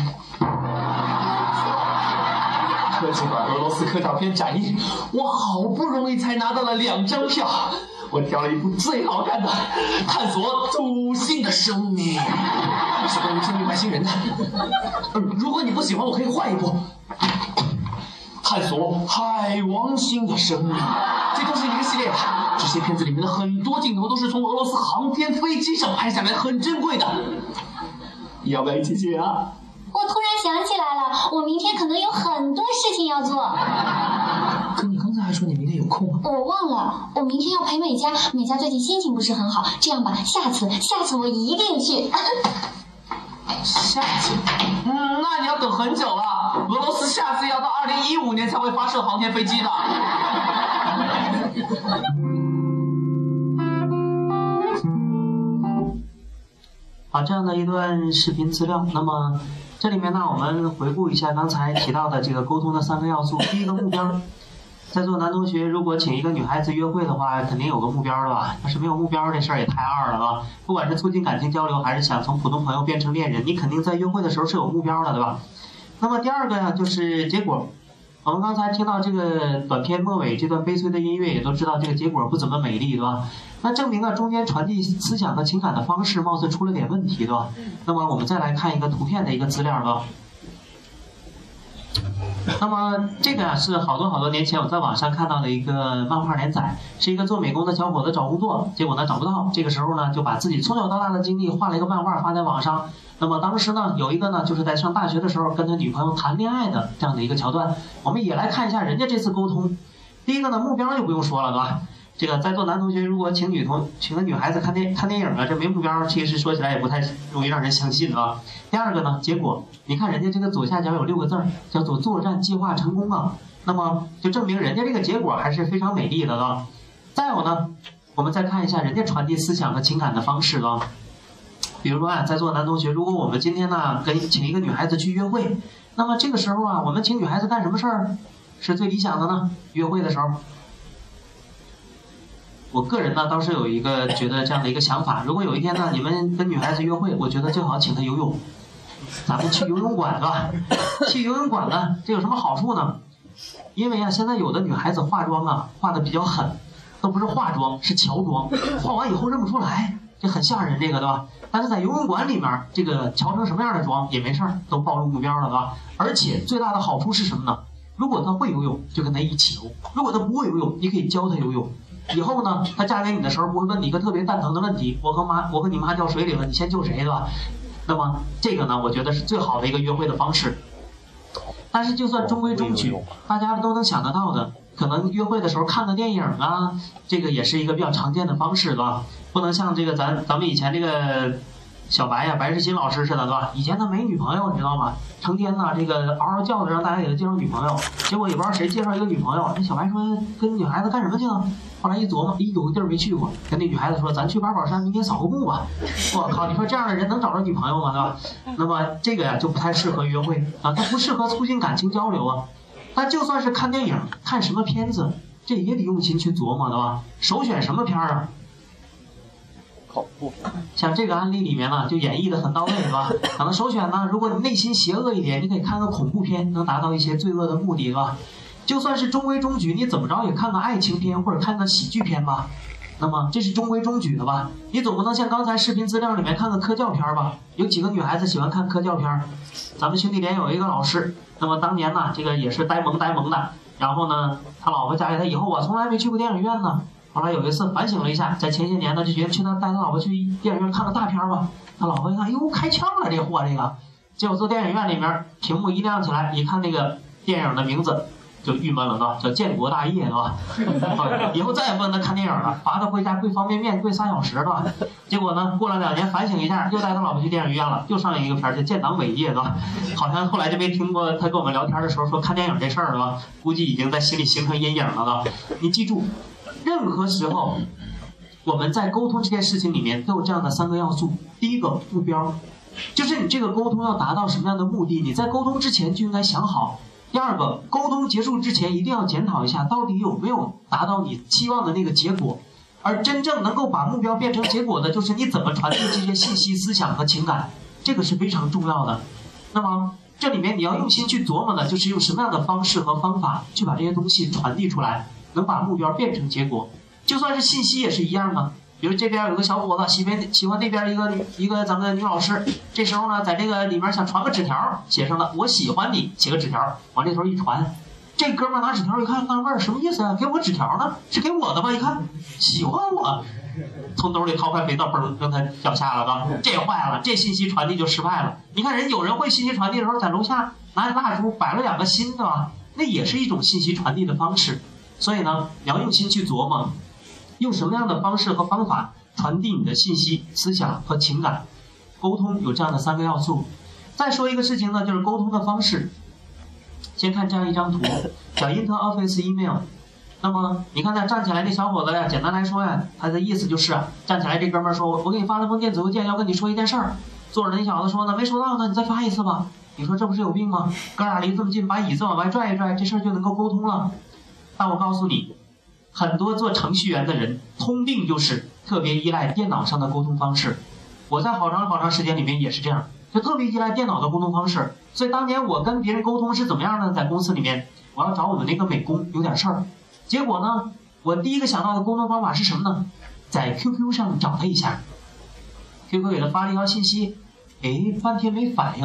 科技馆俄罗斯科教片展映，我好不容易才拿到了2张票。我挑了一部最好看的，探索土星的生命，是关于天地外星人的。如果你不喜欢，我可以换一部，探索海王星的生命。这都是一个系列的，这些片子里面的很多镜头都是从俄罗斯航天飞机上拍下来，很珍贵的。要不要一起去啊？ 我突然想起来了，我明天可能有很多事情要做。 可你刚才还说你明天有空吗？ 我忘了，我明天要陪美嘉，美嘉最近心情不是很好。这样吧，下次我一定去。 下次？那你要等很久了。俄罗斯下次要到2015年才会发射航天飞机的。 好，这样的一段视频资料。那么这里面呢，我们回顾一下刚才提到的这个沟通的3个要素。第一个目标，在座男同学如果请一个女孩子约会的话，肯定有个目标的吧？要是没有目标，这事儿也太二了啊！不管是促进感情交流，还是想从普通朋友变成恋人，你肯定在约会的时候是有目标的，对吧？那么第2个呀，就是结果。我们刚才听到这个短片末尾这段悲催的音乐，也都知道这个结果不怎么美丽，对吧？那证明中间传递思想和情感的方式貌似出了点问题，对吧？那么我们再来看一个图片的一个资料，对吧？ 那么这个啊是好多年前我在网上看到的一个漫画连载，是一个做美工的小伙子找工作，结果呢找不到，这个时候呢就把自己从小到大的经历画了一个漫画发在网上。那么当时呢有一个呢就是在上大学的时候跟他女朋友谈恋爱的这样的一个桥段，我们也来看一下人家这次沟通。第一个呢目标就不用说了，对吧？这个在座男同学如果请个女孩子看电影啊，这没目标其实说起来也不太容易让人相信啊。第二个呢，结果你看人家这个左下角有6个字叫做作战计划成功啊，那么就证明人家这个结果还是非常美丽的啊。再有呢，我们再看一下人家传递思想和情感的方式啊。比如说啊，在座男同学，如果我们今天呢请一个女孩子去约会，那么这个时候啊，我们请女孩子干什么事儿是最理想的呢？约会的时候。我个人呢倒是有一个觉得这样的一个想法，如果有一天呢你们跟女孩子约会，我觉得最好请她游泳，咱们去游泳馆是吧？去游泳馆呢，这有什么好处呢？因为啊现在有的女孩子化妆啊化的比较狠，都不是化妆是乔装，化完以后认不出来，这很吓人这个对吧？但是在游泳馆里面，这个乔成什么样的妆也没事儿，都暴露目标了对吧？而且最大的好处是什么呢？如果她会游泳，就跟她一起游；如果她不会游泳，你可以教她游泳。以后呢，她嫁给你的时候不会问你一个特别蛋疼的问题：我和你妈掉水里了，你先救谁，对吧？那么这个呢，我觉得是最好的一个约会的方式。但是就算中规中矩，大家都能想得到的，可能约会的时候看个电影啊，这个也是一个比较常见的方式，对吧？不能像这个咱们以前这个小白呀，白世新老师似的，对吧？以前他没女朋友，你知道吗？成天呢这个嗷嗷叫的让大家给他介绍女朋友，结果也不知道谁介绍一个女朋友，那小白说跟女孩子干什么去了？后来一琢磨，有个地儿没去过，跟那女孩子说咱去八宝山明天扫个墓吧。我靠，你说这样的人能找着女朋友吗？对吧？那么这个呀就不太适合约会啊，它不适合促进感情交流啊。但就算是看电影，看什么片子，这也得用心去琢磨的吧？首选什么片儿啊？ 恐怖。 像这个案例里面呢，就演绎的很到位，是吧？可能首选呢，如果你内心邪恶一点，你可以看个恐怖片，能达到一些罪恶的目的，是吧？就算是中规中矩，你怎么着也看个爱情片或者看个喜剧片吧。那么这是中规中矩的吧？你总不能像刚才视频资料里面看个科教片吧？有几个女孩子喜欢看科教片？咱们兄弟连有一个老师，那么当年呢，这个也是呆萌的，然后呢，他老婆嫁给他以后啊，从来没去过电影院呢。后来有一次反省了一下，在前些年呢，就觉得带他老婆去电影院看个大片吧。他老婆一看，哟，开枪了这货这个。结果坐电影院里面，屏幕一亮起来，一看那个电影的名字。就郁闷了呢，叫建国大业，对吧？以后再也不跟他看电影了，罚他回家跪方便面跪3小时，对吧？结果呢，过了2年反省一下，又带他老婆去电影院了，又上一个片儿叫建党伟业，对吧？好像后来就没听过他跟我们聊天的时候说看电影这事儿，对吧？估计已经在心里形成阴影了，对吧？你记住，任何时候我们在沟通这件事情里面都有这样的3个要素。第一个目标，就是你这个沟通要达到什么样的目的，你在沟通之前就应该想好。第二个，沟通结束之前一定要检讨一下，到底有没有达到你期望的那个结果。而真正能够把目标变成结果的，就是你怎么传递这些信息、思想和情感，这个是非常重要的。那么这里面你要用心去琢磨的，就是用什么样的方式和方法去把这些东西传递出来，能把目标变成结果。就算是信息也是一样的。比如这边有个小伙子喜欢那边一个咱们的女老师，这时候呢，在这个里面想传个纸条，写上了我喜欢你，写个纸条往这头一传，这哥们拿纸条一看，纳闷什么意思啊？给我纸条呢？是给我的吧？一看喜欢我，从兜里掏块肥皂崩扔他脚下了吧？这坏了，这信息传递就失败了。你看有人会信息传递的时候，在楼下拿着蜡烛摆了2个心，对吧？那也是一种信息传递的方式。所以呢，你要用心去琢磨。用什么样的方式和方法传递你的信息、思想和情感？沟通有这样的3个要素。再说一个事情呢，就是沟通的方式。先看这样一张图，叫 Interoffice Email。那么你看他站起来这小伙子呀，简单来说呀，他的意思就是站起来这哥们儿说，我给你发了封电子邮件，要跟你说一件事儿。坐着那小子说呢，没收到呢，你再发一次吧。你说这不是有病吗？哥俩离这么近，把椅子往外拽一拽，这事儿就能够沟通了。但我告诉你，很多做程序员的人通病就是特别依赖电脑上的沟通方式。我在好长时间里面也是这样，就特别依赖电脑的沟通方式。所以当年我跟别人沟通是怎么样呢？在公司里面，我要找我们那个美工有点事儿，结果呢，我第一个想到的沟通方法是什么呢？在 QQ 上找他一下，QQ 给他发了一条信息，半天没反应，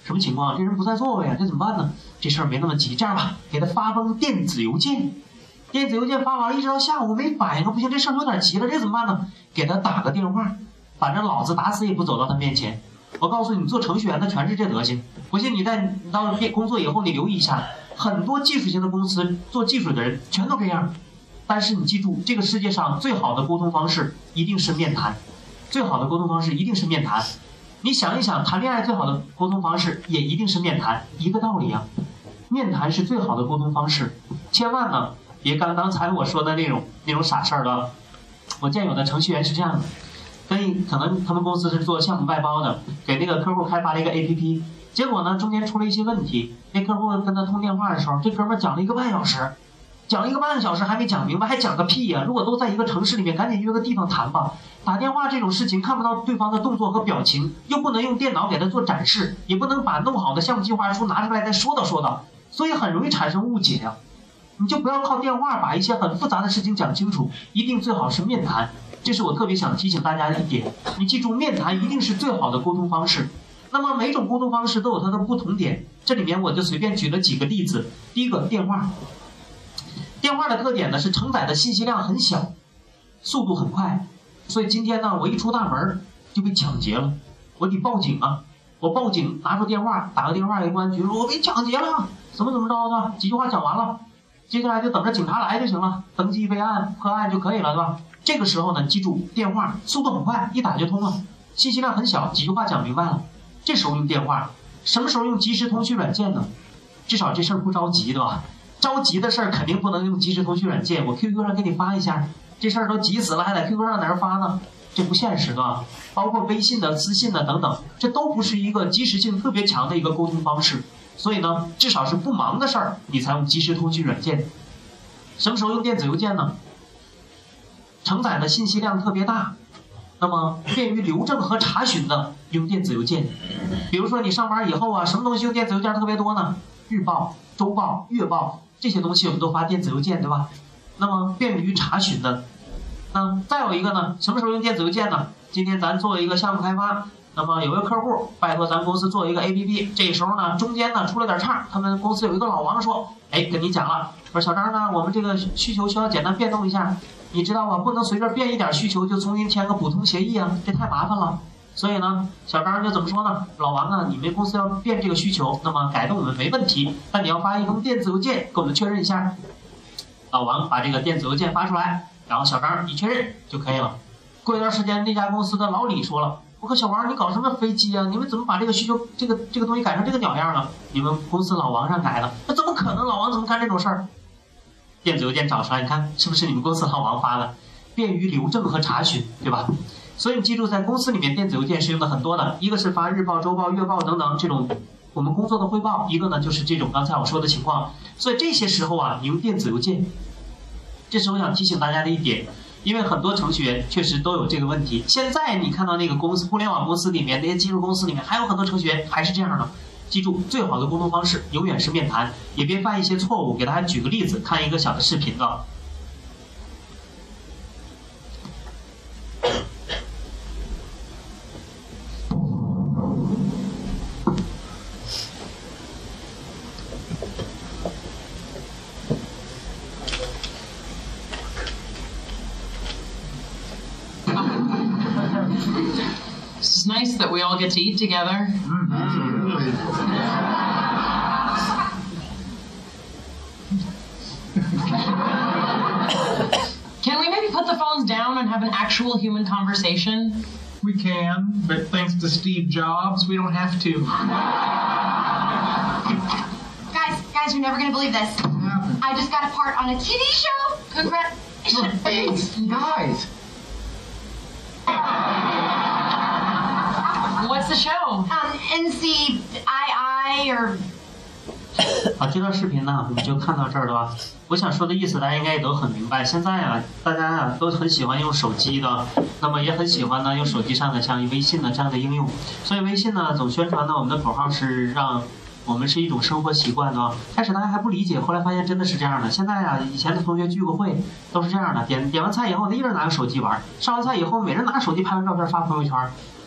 什么情况？这人不在座位啊，这怎么办呢？这事儿没那么急，这样吧，给他发封电子邮件。电子邮件发完了，一直到下午没反应啊，不行，这事儿有点急了，这怎么办呢？给他打个电话，反正老子打死也不走到他面前。我告诉你，做程序员的全是这德行。不信你到工作以后，你留意一下，很多技术型的公司做技术的人全都这样。但是你记住，这个世界上最好的沟通方式一定是面谈，最好的沟通方式一定是面谈。你想一想，谈恋爱最好的沟通方式也一定是面谈，一个道理啊。面谈是最好的沟通方式，千万呢别干刚才我说的那种傻事儿了。我见有的程序员是这样的，可能他们公司是做项目外包的，给那个客户开发了一个 APP， 结果呢中间出了一些问题，那客户跟他通电话的时候，这哥们讲了1个半小时。讲了1个半小时还没讲明白，还讲个屁呀！如果都在一个城市里面，赶紧约个地方谈吧。打电话这种事情看不到对方的动作和表情，又不能用电脑给他做展示，也不能把弄好的项目计划书拿出来再说道，所以很容易产生误解呀。你就不要靠电话把一些很复杂的事情讲清楚，一定最好是面谈。这是我特别想提醒大家的一点，你记住，面谈一定是最好的沟通方式。那么每种沟通方式都有它的不同点，这里面我就随便举了几个例子。第一个，电话。电话的特点呢是承载的信息量很小，速度很快，所以今天呢我一出大门就被抢劫了，我得报警啊！我报警，拿出电话，打个电话给公安局，说我被抢劫了，怎么着的，几句话讲完了，接下来就等着警察来就行了，登记备案破案就可以了，对吧？这个时候呢，记住电话速度很快，一打就通了，信息量很小，几句话讲明白了。这时候用电话，什么时候用即时通讯软件呢？至少这事儿不着急，对吧？着急的事儿肯定不能用即时通讯软件，我 QQ 上给你发一下，这事儿都急死了，还在 QQ 上在这发呢，这不现实的。包括微信的、私信的等等，这都不是一个即时性特别强的一个沟通方式。所以呢，至少是不忙的事儿，你才用即时通讯软件。什么时候用电子邮件呢？承载的信息量特别大，那么便于留证和查询的用电子邮件。比如说你上班以后啊，什么东西用电子邮件特别多呢？日报、周报、月报这些东西我们都发电子邮件，对吧？那么便于查询的。再有一个呢，什么时候用电子邮件呢？今天咱做一个项目开发，那么有个客户拜托咱公司做一个 APP， 这时候呢中间呢出了点岔，他们公司有一个老王说，跟你讲了，说小张呢，我们这个需求需要简单变动一下，你知道吗？不能随便变一点需求就重新签个补充协议啊，这太麻烦了。所以呢，小张就怎么说呢？老王啊，你们公司要变这个需求，那么改动我们没问题，但你要发一封电子邮件给我们确认一下。老王把这个电子邮件发出来，然后小张一确认就可以了。过一段时间，那家公司的老李说了，我说小王，你搞什么飞机啊？你们怎么把这个需求这个东西改成这个鸟样了？你们公司老王上改的，那怎么可能？老王怎么干这种事儿？电子邮件找出来，你看是不是你们公司老王发的？便于留证和查询，对吧？所以你记住，在公司里面电子邮件是用的很多的，一个是发日报、周报、月报等等这种我们工作的汇报，一个呢就是这种刚才我说的情况。所以这些时候啊，你用电子邮件。这是我想提醒大家的一点，因为很多程序员确实都有这个问题。现在你看到那个公司，互联网公司里面那些技术公司里面，还有很多程序员还是这样的。记住，最好的沟通方式永远是面谈，也别犯一些错误。给大家举个例子，看一个小的视频啊。 It's nice that we all get to eat together. Can we maybe put the phones down and have an actual human conversation? We can, but thanks to Steve Jobs, we don't have to. Guys, you're never gonna believe this. I just got a part on a TV show. Congratulations. Hey, guys. What's the show? NCII or... 好，这段视频呢，我们就看到这儿了吧？我想说的意思，大家应该也都很明白。现在啊，大家啊都很喜欢用手机的，那么也很喜欢呢用手机上的像微信的这样的应用。所以微信呢，总宣传呢，我们的口号是让我们是一种生活习惯的。开始大家还不理解，后来发现真的是这样的。现在啊，以前的同学聚个会都是这样的，点完菜以后，一人拿个手机玩，上完菜以后，每人拿手机拍完照片发朋友圈。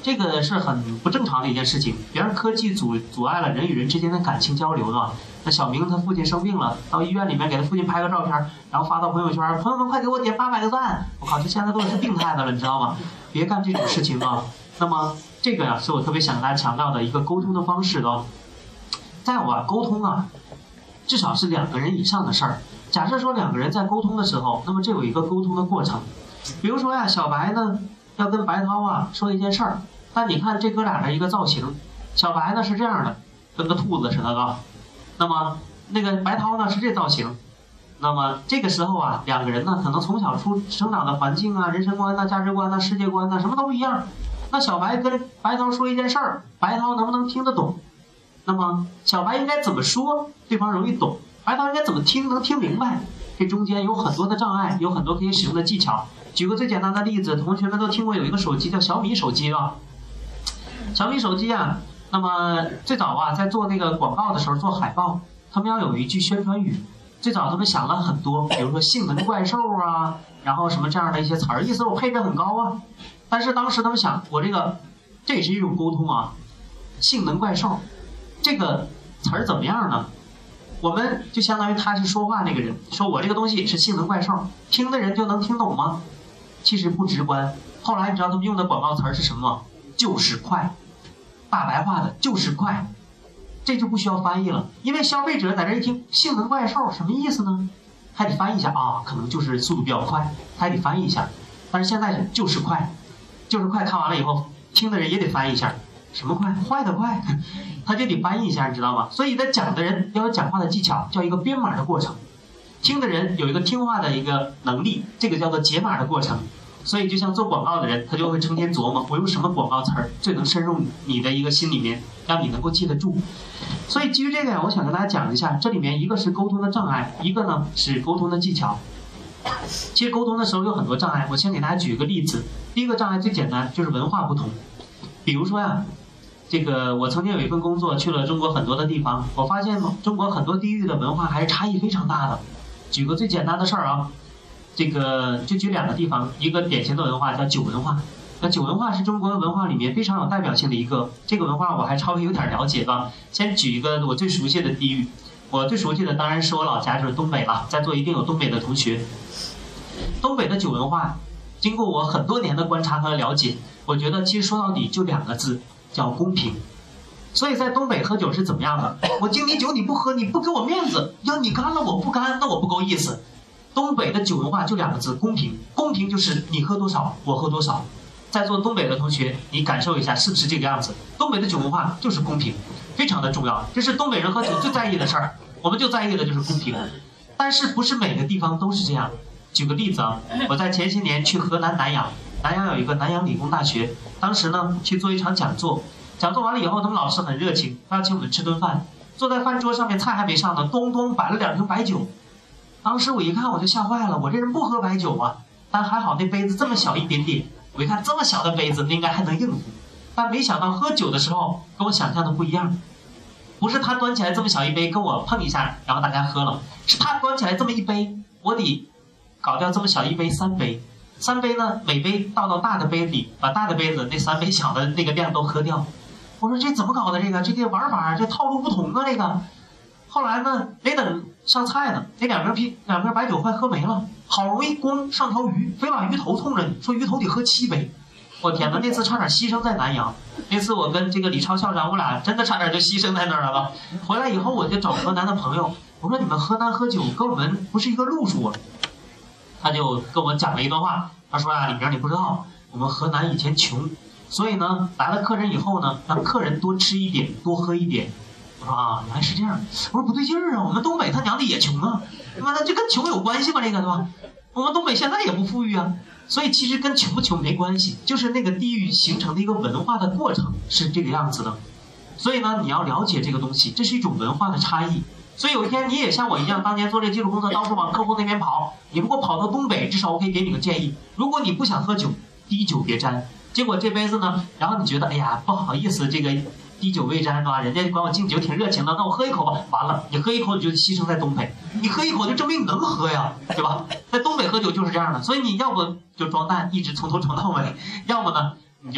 这个是很不正常的一件事情。别让科技阻碍了人与人之间的感情交流的。那小明他父亲生病了，到医院里面给他父亲拍个照片，然后发到朋友圈，朋友们快给我点800个赞！我靠，这现在都是病态的了，你知道吗？别干这种事情啊。那么这个呀，是我特别想跟大家强调的一个沟通的方式的。再有啊，沟通啊，至少是2个人以上的事儿。假设说2个人在沟通的时候，那么这有一个沟通的过程。比如说呀，小白呢要跟白涛啊说一件事儿，但你看这哥俩的一个造型，小白呢是这样的，跟个兔子似的啊。那么那个白涛呢是这造型。那么这个时候啊，2个人呢可能从小生长的环境啊、人生观啊、价值观啊、世界观啊什么都不一样。那小白跟白涛说一件事儿，白涛能不能听得懂？那么小白应该怎么说对方容易懂？白涛应该怎么听能听明白？这中间有很多的障碍，有很多可以使用的技巧。举个最简单的例子，同学们都听过有一个手机叫小米手机啊。小米手机啊，那么最早啊在做那个广告的时候做海报，他们要有一句宣传语。最早他们想了很多，比如说性能怪兽啊，然后什么这样的一些词儿，意思我配置很高啊。但是当时他们想，我这也是一种沟通啊，性能怪兽这个词儿怎么样呢？我们就相当于他是说话那个人，说我这个东西是性能怪兽，听的人就能听懂吗？其实不直观。后来你知道他们用的广告词儿是什么吗？就是快，大白话的就是快，这就不需要翻译了，因为消费者在这一听性能怪兽什么意思呢？还得翻译一下啊，可能就是速度比较快，还得翻译一下。但是现在就是快，就是快，看完了以后，听的人也得翻译一下，什么快？坏的快，他就得翻译一下，你知道吗？所以在讲的人要有讲话的技巧，叫一个编码的过程；听的人有一个听话的一个能力，这个叫做解码的过程。所以就像做广告的人，他就会成天琢磨，我用什么广告词儿最能深入你的一个心里面，让你能够记得住。所以基于这个呀，我想跟大家讲一下，这里面一个是沟通的障碍，一个呢是沟通的技巧。其实沟通的时候有很多障碍，我先给大家举一个例子。第一个障碍最简单，就是文化不同。比如说呀，这个我曾经有一份工作，去了中国很多的地方，我发现中国很多地域的文化还是差异非常大的。举个最简单的事儿啊，这个就举2个地方，一个典型的文化叫酒文化。那酒文化是中国文化里面非常有代表性的一个，这个文化我还稍微有点了解吧。先举一个我最熟悉的地域，我最熟悉的当然是我老家，就是东北了，在座一定有东北的同学。东北的酒文化，经过我很多年的观察和了解，我觉得其实说到底就2个字，叫公平。所以在东北喝酒是怎么样的？我敬你酒你不喝，你不给我面子，要你干了我不干，那我不够意思。东北的酒文化就2个字，公平。公平就是你喝多少我喝多少。在座东北的同学，你感受一下是不是这个样子？东北的酒文化就是公平，非常的重要，这是东北人喝酒最在意的事儿。我们就在意的就是公平，但是不是每个地方都是这样。举个例子啊，我在前些年去河南南阳，南阳有一个南阳理工大学，当时呢去做一场讲座，讲座完了以后，他们老师很热情，他要请我们吃顿饭。坐在饭桌上面，菜还没上呢，咚咚摆了2瓶白酒。当时我一看我就吓坏了，我这人不喝白酒啊，但还好那杯子这么小一点点，我一看这么小的杯子应该还能应付，但没想到喝酒的时候跟我想象的不一样。不是他端起来这么小一杯跟我碰一下然后大家喝了，是他端起来这么一杯，我得搞掉这么小一杯3杯，3杯呢每杯倒到大的杯里，把大的杯子那3杯小的那个量都喝掉。我说这怎么搞的，这个玩法这套路不同啊这个。后来呢没等上菜呢，那2瓶白酒快喝没了，好容易光上条鱼，非把鱼头冲着你，说鱼头得喝7杯。我天哪，那次差点牺牲在南阳。那次我跟这个李超校长，我俩真的差点就牺牲在那儿了。回来以后我就找河南的朋友，我说你们河南喝酒跟我们不是一个路数啊。他就跟我讲了一段话，他说啊，李明你不知道，我们河南以前穷，所以呢来了客人以后呢，让客人多吃一点多喝一点。我说啊，原来是这样。我说不对劲儿啊，我们东北他娘的也穷啊，他妈的这跟穷有关系吗？这个对吧？我们东北现在也不富裕啊，所以其实跟穷不穷没关系，就是那个地域形成的一个文化的过程是这个样子的。所以呢，你要了解这个东西，这是一种文化的差异。所以有一天你也像我一样，当年做这技术工作，到处往客户那边跑。你如果跑到东北，至少我可以给你个建议：如果你不想喝酒，滴酒别沾。结果这杯子呢，然后你觉得哎呀不好意思，这个滴酒未沾是吧？人家管我敬酒挺热情的，那我喝一口吧。完了，你喝一口你就牺牲在东北，你喝一口就证明你能喝呀，对吧？在东北喝酒就是这样的，所以你要不就装蛋，一直从头装到尾；要么呢，你就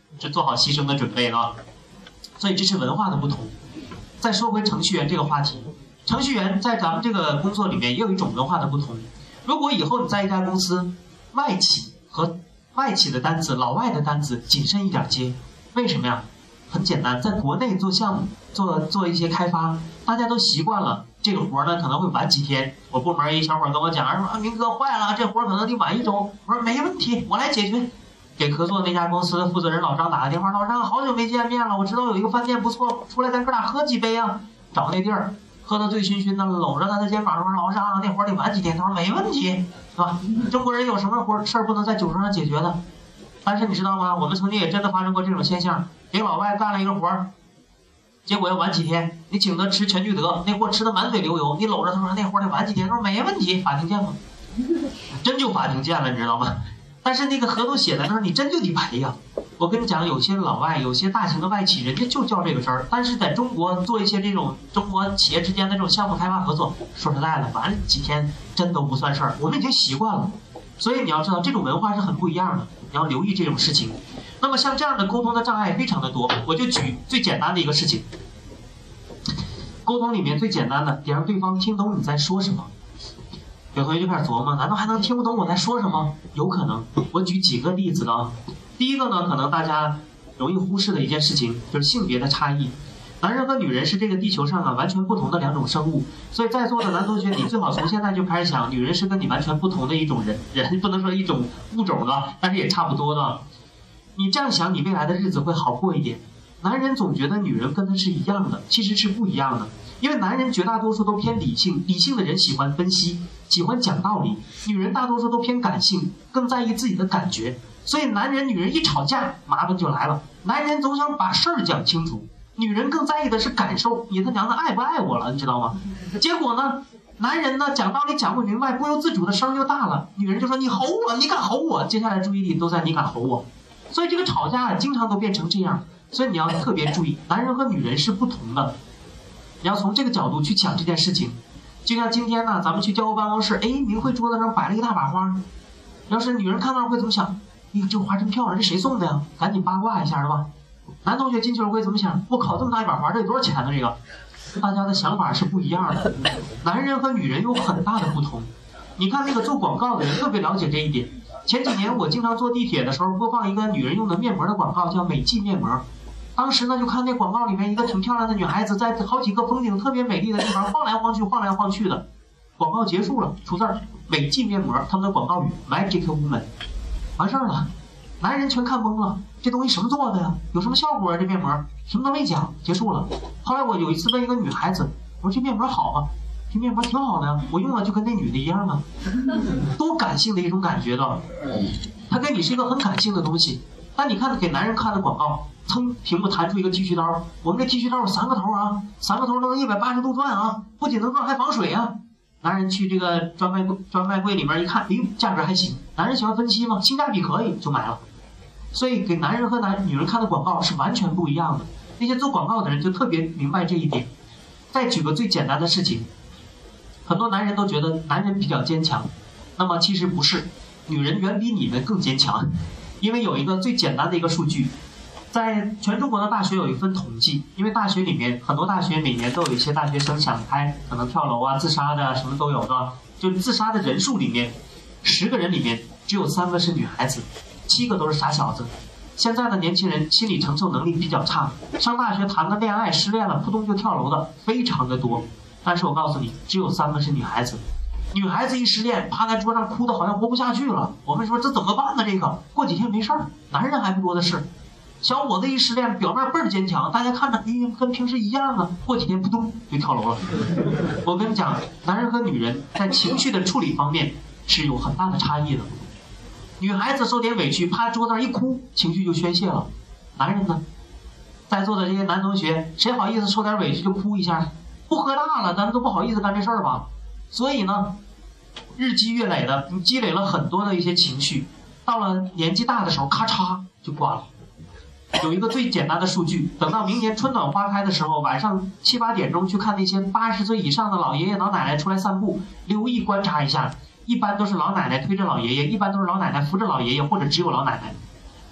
是做好牺牲的准备了。所以这是文化的不同。再说回程序员这个话题，程序员在咱们这个工作里面也有一种文化的不同。如果以后你在一家公司，外企和外企的单子、老外的单子谨慎一点接，为什么呀？很简单，在国内做项目、做一些开发，大家都习惯了这个活呢可能会晚几天。我部门一小伙跟我讲说：“明哥坏了，这活可能得晚1周。”我说没问题，我来解决。给合作那家公司的负责人老张打个电话，老张好久没见面了，我知道有一个饭店不错，出来咱哥俩喝几杯啊？找那地儿，喝得醉醺醺的，搂着他的肩膀说：“老张，那活得晚几天。”他说没问题，是吧？中国人有什么事儿不能在酒桌上解决的？但是你知道吗？我们曾经也真的发生过这种现象，给老外干了一个活儿，结果要晚几天，你请他吃全聚德，那货吃的满嘴流油，你搂着他说那活儿得晚几天，他说没问题，法庭见吗？真就法庭见了，你知道吗？但是那个合同写在那儿，你真就得赔呀。我跟你讲，有些老外，有些大型的外企，人家就叫这个事儿。但是在中国做一些这种中国企业之间的这种项目开发合作，说实在的，反正几天真都不算事儿，我们已经习惯了。所以你要知道，这种文化是很不一样的，你要留意这种事情。那么像这样的沟通的障碍非常的多，我就举最简单的一个事情。沟通里面最简单的，得让对方听懂你在说什么。有同学就开始琢磨，难道还能听不懂我在说什么？有可能。我举几个例子啊。第一个呢，可能大家容易忽视的一件事情就是性别的差异。男人和女人是这个地球上完全不同的两种生物，所以在座的男同学，你最好从现在就开始想，女人是跟你完全不同的一种人不能说一种物种的，但是也差不多的。你这样想，你未来的日子会好过一点。男人总觉得女人跟他是一样的，其实是不一样的。因为男人绝大多数都偏理性，理性的人喜欢分析，喜欢讲道理；女人大多数都偏感性，更在意自己的感觉。所以男人女人一吵架，麻烦就来了。男人总想把事儿讲清楚，女人更在意的是感受，你他娘的爱不爱我了，你知道吗？结果呢，男人呢讲道理讲不明白，不由自主的声就大了，女人就说你吼我，你敢吼我，接下来注意力都在你敢吼我。所以这个吵架经常都变成这样。所以你要特别注意，男人和女人是不同的，你要从这个角度去讲这件事情。就像今天呢，咱们去教务办公室，哎，明慧桌子上摆了一大把花，要是女人看到会怎么想？哎，这花真漂亮，这谁送的呀？赶紧八卦一下，对吧？男同学进去了会怎么想？我靠，这么大一把花，这得多少钱呢？这个，大家的想法是不一样的。男人和女人有很大的不同。你看那个做广告的人特别了解这一点。前几年我经常坐地铁的时候播放一个女人用的面膜的广告，叫美肌面膜。当时呢，就看那广告里面一个挺漂亮的女孩子，在好几个风景特别美丽的地方晃来晃去，晃来晃去的。广告结束了，出字儿，美肌面膜，他们的广告语 Magic Woman， 完事儿了。男人全看懵了，这东西什么做的呀？有什么效果啊？这面膜什么都没讲，结束了。后来我有一次问一个女孩子，我说这面膜好吗？这面膜挺好的呀，我用了就跟那女的一样啊，多感性的一种感觉的。它跟你是一个很感性的东西。但你看给男人看的广告，噌，屏幕弹出一个剃须刀，我们这剃须刀有3个头啊，3个头能180度转啊，不仅能转还防水啊。男人去这个专卖柜里面一看，哎，价格还行。男人喜欢分析嘛，性价比可以就买了。所以给男人和女人看的广告是完全不一样的。那些做广告的人就特别明白这一点。再举个最简单的事情，很多男人都觉得男人比较坚强，那么其实不是，女人远比你们更坚强。因为有一个最简单的一个数据，在全中国的大学有一份统计，因为大学里面很多大学每年都有一些大学生想开，可能跳楼啊、自杀的什么都有的，就自杀的人数里面，10个人里面只有3个是女孩子，7个都是傻小子。现在的年轻人心理承受能力比较差，上大学谈个恋爱失恋了，扑通就跳楼的非常的多。但是我告诉你，只有3个是女孩子。女孩子一失恋，趴在桌上哭的好像活不下去了。我们说这怎么办呢？这个过几天没事儿，男人还不多的是。小伙子一失恋，表面倍儿坚强，大家看着，哎，跟平时一样啊。过几天扑通就跳楼了。我跟你讲，男人和女人在情绪的处理方面是有很大的差异的。女孩子受点委屈，趴桌子上一哭，情绪就宣泄了。男人呢，在座的这些男同学，谁好意思受点委屈就哭一下？不喝大了，咱们都不好意思干这事儿吧。所以呢，日积月累的，你积累了很多的一些情绪，到了年纪大的时候，咔嚓就挂了。有一个最简单的数据，等到明年春暖花开的时候，晚上7、8点钟去看那些80岁以上的老爷爷老奶奶出来散步，留意观察一下，一般都是老奶奶推着老爷爷，一般都是老奶奶扶着老爷爷，或者只有老奶奶。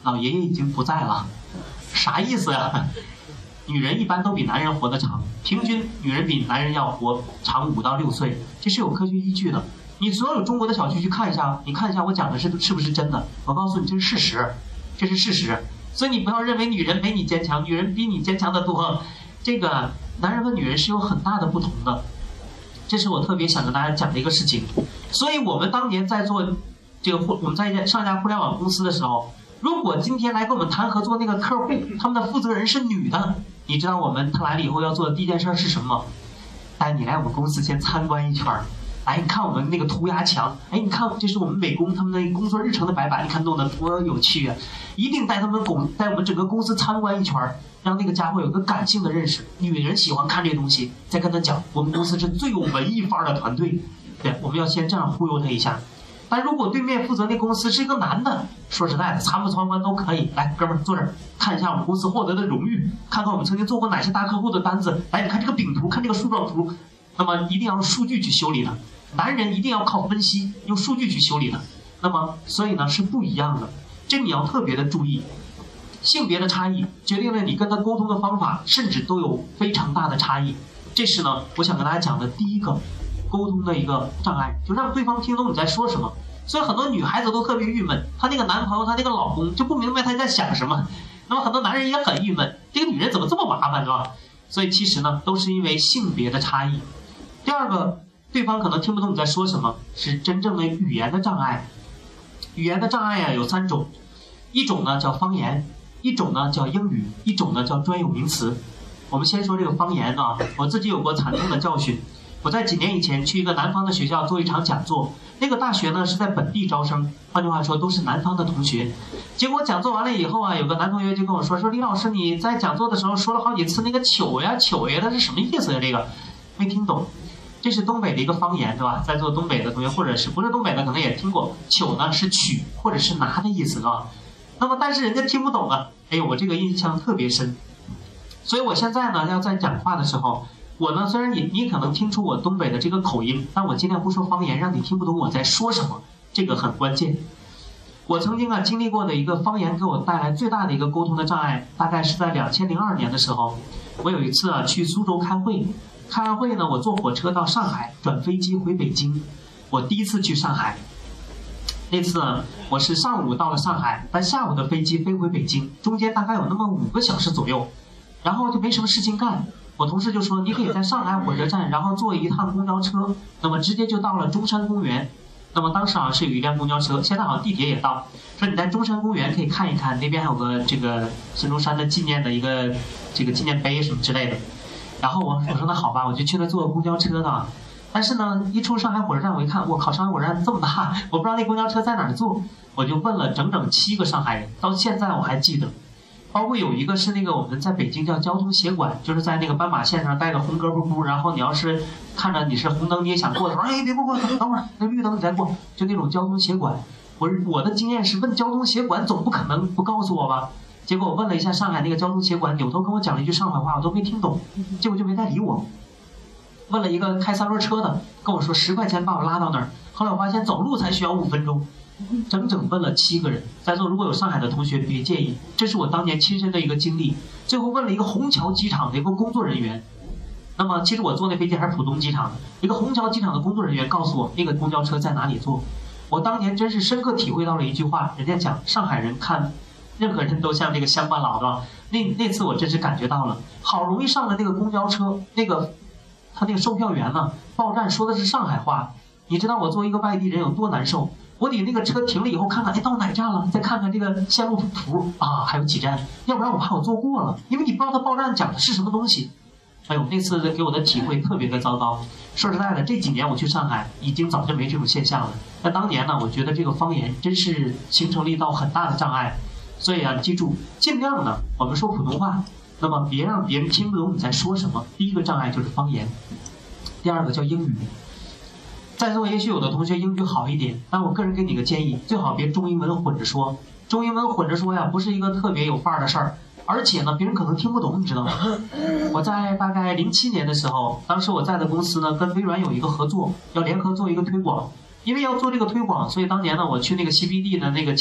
老爷爷已经不在了。啥意思呀？女人一般都比男人活得长，平均女人比男人要活长5到6岁，这是有科学依据的。你所有中国的小区去看一下，你看一下我讲的是不是真的？我告诉你，这是事实，这是事实。所以你不要认为女人没你坚强，女人比你坚强得多。这个男人和女人是有很大的不同的，这是我特别想跟大家讲的一个事情。所以我们当年在做这个我们在上一家互联网公司的时候，如果今天来跟我们谈合作那个客户，他们的负责人是女的，你知道他来了以后要做的第一件事是什么吗？带你来我们公司先参观一圈。哎，你看我们那个涂鸦墙，哎，你看这是我们美工他们的工作日程的白板，你看弄得多有趣啊！一定带我们整个公司参观一圈，让那个家伙有个感性的认识。女人喜欢看这些东西，再跟他讲，我们公司是最有文艺范儿的团队。对，我们要先这样忽悠他一下。但如果对面负责那公司是一个男的，说实在的，参不参观都可以。来，哥们儿坐这儿，看一下我们公司获得的荣誉，看看我们曾经做过哪些大客户的单子。来，你看这个饼图，看这个树状图。那么一定要用数据去修理它。男人一定要靠分析，用数据去修理它。那么，所以呢是不一样的，这你要特别的注意。性别的差异决定了你跟他沟通的方法，甚至都有非常大的差异。这是呢，我想跟大家讲的第一个沟通的一个障碍，就让对方听懂你在说什么。所以很多女孩子都特别郁闷，她那个男朋友，她那个老公就不明白她在想什么。那么很多男人也很郁闷，这个女人怎么这么麻烦，对吧？所以其实呢，都是因为性别的差异。第二个，对方可能听不懂你在说什么，是真正的语言的障碍。语言的障碍啊有3种，一种呢叫方言，一种呢叫英语，一种呢叫专有名词。我们先说这个方言啊，我自己有过惨痛的教训。我在几年以前去一个南方的学校做一场讲座，那个大学呢是在本地招生，换句话说都是南方的同学。结果讲座完了以后啊，有个男同学就跟我说李老师，你在讲座的时候说了好几次那个糗呀，它是什么意思呀？这个没听懂。这是东北的一个方言，对吧？在座东北的同学，或者是不是东北的，可能也听过。糗呢是取或者是拿的意思，对吧？那么但是人家听不懂啊，哎呦，我这个印象特别深。所以我现在呢，要在讲话的时候，我呢虽然你可能听出我东北的这个口音，但我尽量不说方言，让你听不懂我在说什么，这个很关键。我曾经经历过的一个方言给我带来最大的一个沟通的障碍，大概是在2002年的时候，我有一次去苏州开会。开完会呢，我坐火车到上海，转飞机回北京。我第一次去上海，那次我是上午到了上海，但下午的飞机飞回北京，中间大概有那么5个小时左右，然后就没什么事情干。我同事就说，你可以在上海火车站，然后坐一趟公交车，那么直接就到了中山公园。那么当时是有一辆公交车，现在好像地铁也到。说你在中山公园可以看一看，那边还有个这个孙中山的纪念的一个这个纪念碑什么之类的。然后我说那好吧，我就去那坐公交车的。但是呢，一出上海火车站，我一看，我靠，上海火车站这么大，我不知道那公交车在哪儿坐。我就问了整整7个上海人，到现在我还记得。包括有一个是那个我们在北京叫交通协管，就是在那个斑马线上带个红胳膊箍，然后你要是看着你是红灯你也想过的时候，哎，别过，等会儿那绿灯你再过，就那种交通协管。我的经验是问交通协管总不可能不告诉我吧。结果我问了一下上海那个交通协管，扭头跟我讲了一句上海话，我都没听懂，结果就没再理我。问了一个开3轮车的，跟我说10块钱把我拉到那儿，后来我发现走路才需要5分钟。整整问了7个人，在座如果有上海的同学别介意，这是我当年亲身的一个经历。最后问了一个虹桥机场的一个工作人员，那么其实我坐那飞机还是浦东机场的，一个虹桥机场的工作人员告诉我那个公交车在哪里坐。我当年真是深刻体会到了一句话，人家讲上海人看任何人都像这个乡巴佬，对吧？那次我真是感觉到了，好容易上了那个公交车，他那个售票员呢，报站说的是上海话，你知道我作为一个外地人有多难受？我得那个车停了以后看看，哎，到哪站了？再看看这个线路图啊，还有几站，要不然我怕我坐过了，因为你不知道他报站讲的是什么东西。哎呦，那次给我的体会特别的糟糕。说实在的，这几年我去上海，已经早就没这种现象了。但当年呢，我觉得这个方言真是形成了一道很大的障碍。所以记住，尽量呢，我们说普通话，那么别让别人听不懂你在说什么。第一个障碍就是方言，第二个叫英语。在座也许有的同学英语好一点，但我个人给你个建议，最好别中英文混着说。中英文混着说呀，不是一个特别有范儿的事儿。而且呢，别人可能听不懂，你知道吗？我在大概07年的时候，当时我在的公司呢，跟微软有一个合作，要联合做一个推广。因为要做这个推广，所以当年呢，我去那个 CBD 的那个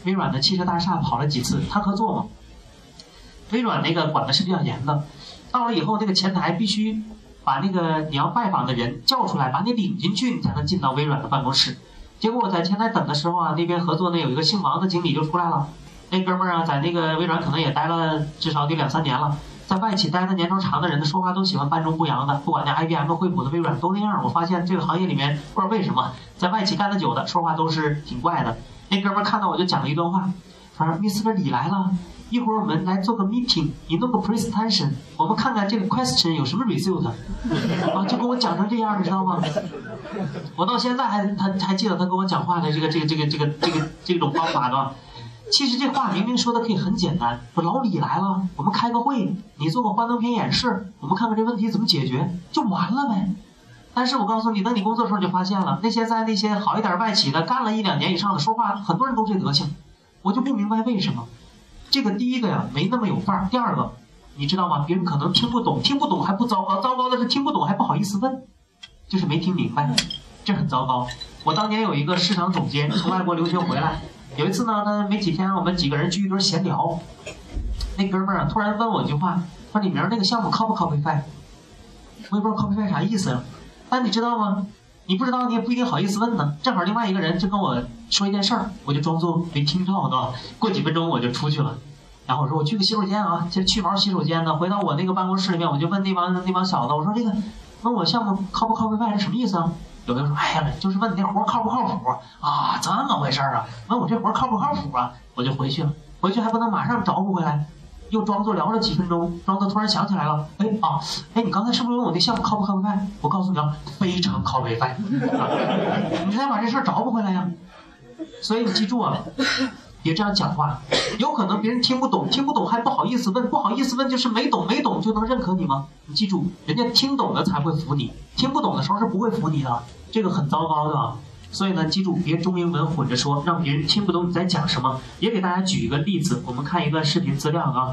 微软的汽车大厦跑了几次，谈合作嘛。微软那个管的是比较严的，到了以后那个前台必须把那个你要拜访的人叫出来，把你领进去，你才能进到微软的办公室。结果我在前台等的时候啊，那边合作呢有一个姓王的经理就出来了。那哥们儿啊，在那个微软可能也待了至少得2-3年了，在外企待的年头长的人的说话都喜欢半中不扬的，不管那 IBM、惠普的、微软都那样。我发现这个行业里面不知道为什么，在外企干得久的说话都是挺怪的。那哥们儿看到我就讲了一段话，他说 ：“Mr. 李来了。”一会儿我们来做个 meeting， 你弄个 presentation， 我们看看这个 question 有什么 result， 啊，就跟我讲成这样，你知道吗？我到现在还记得他跟我讲话的这种方法呢。其实这话明明说的可以很简单，说老李来了，我们开个会，你做个幻灯片演示，我们看看这问题怎么解决，就完了呗。但是我告诉你，等你工作的时候你就发现了，那些在那些好一点外企的，干了1-2年以上的，说话很多人都这德行，我就不明白为什么。这个第一个呀，没那么有范儿。第二个，你知道吗？别人可能听不懂还不糟糕，糟糕的是听不懂还不好意思问，就是没听明白，这很糟糕。我当年有一个市场总监从外国留学回来，有一次呢，他没几天，我们几个人聚一堆闲聊，那哥们儿啊突然问我一句话，说里面那个项目 copy， 我也不知道 copy 啥意思呀，但你知道吗？你不知道你也不一定好意思问呢。正好另外一个人就跟我说一件事儿，我就装作没听到的。过几分钟我就出去了，然后我说我去个洗手间啊，这去毛洗手间呢。回到我那个办公室里面，我就问那帮小子，我说这个问我项目靠不靠谱是什么意思啊？有的说哎呀，就是问你那活靠不靠谱啊？这么回事啊？问我这活靠不靠谱啊？我就回去了，回去还不能马上找不回来。又装作聊了几分钟，装作突然想起来了，你刚才是不是问我那项目靠不靠谱？我告诉你啊，非常靠谱，你才把这事儿找不回来呀。所以你记住啊，别这样讲话，有可能别人听不懂还不好意思问，不好意思问就是没懂就能认可你吗？你记住，人家听懂了才会服你，听不懂的时候是不会服你的，这个很糟糕的。所以呢，记住别中英文混着说，让别人听不懂你在讲什么。也给大家举一个例子，我们看一段视频资料啊。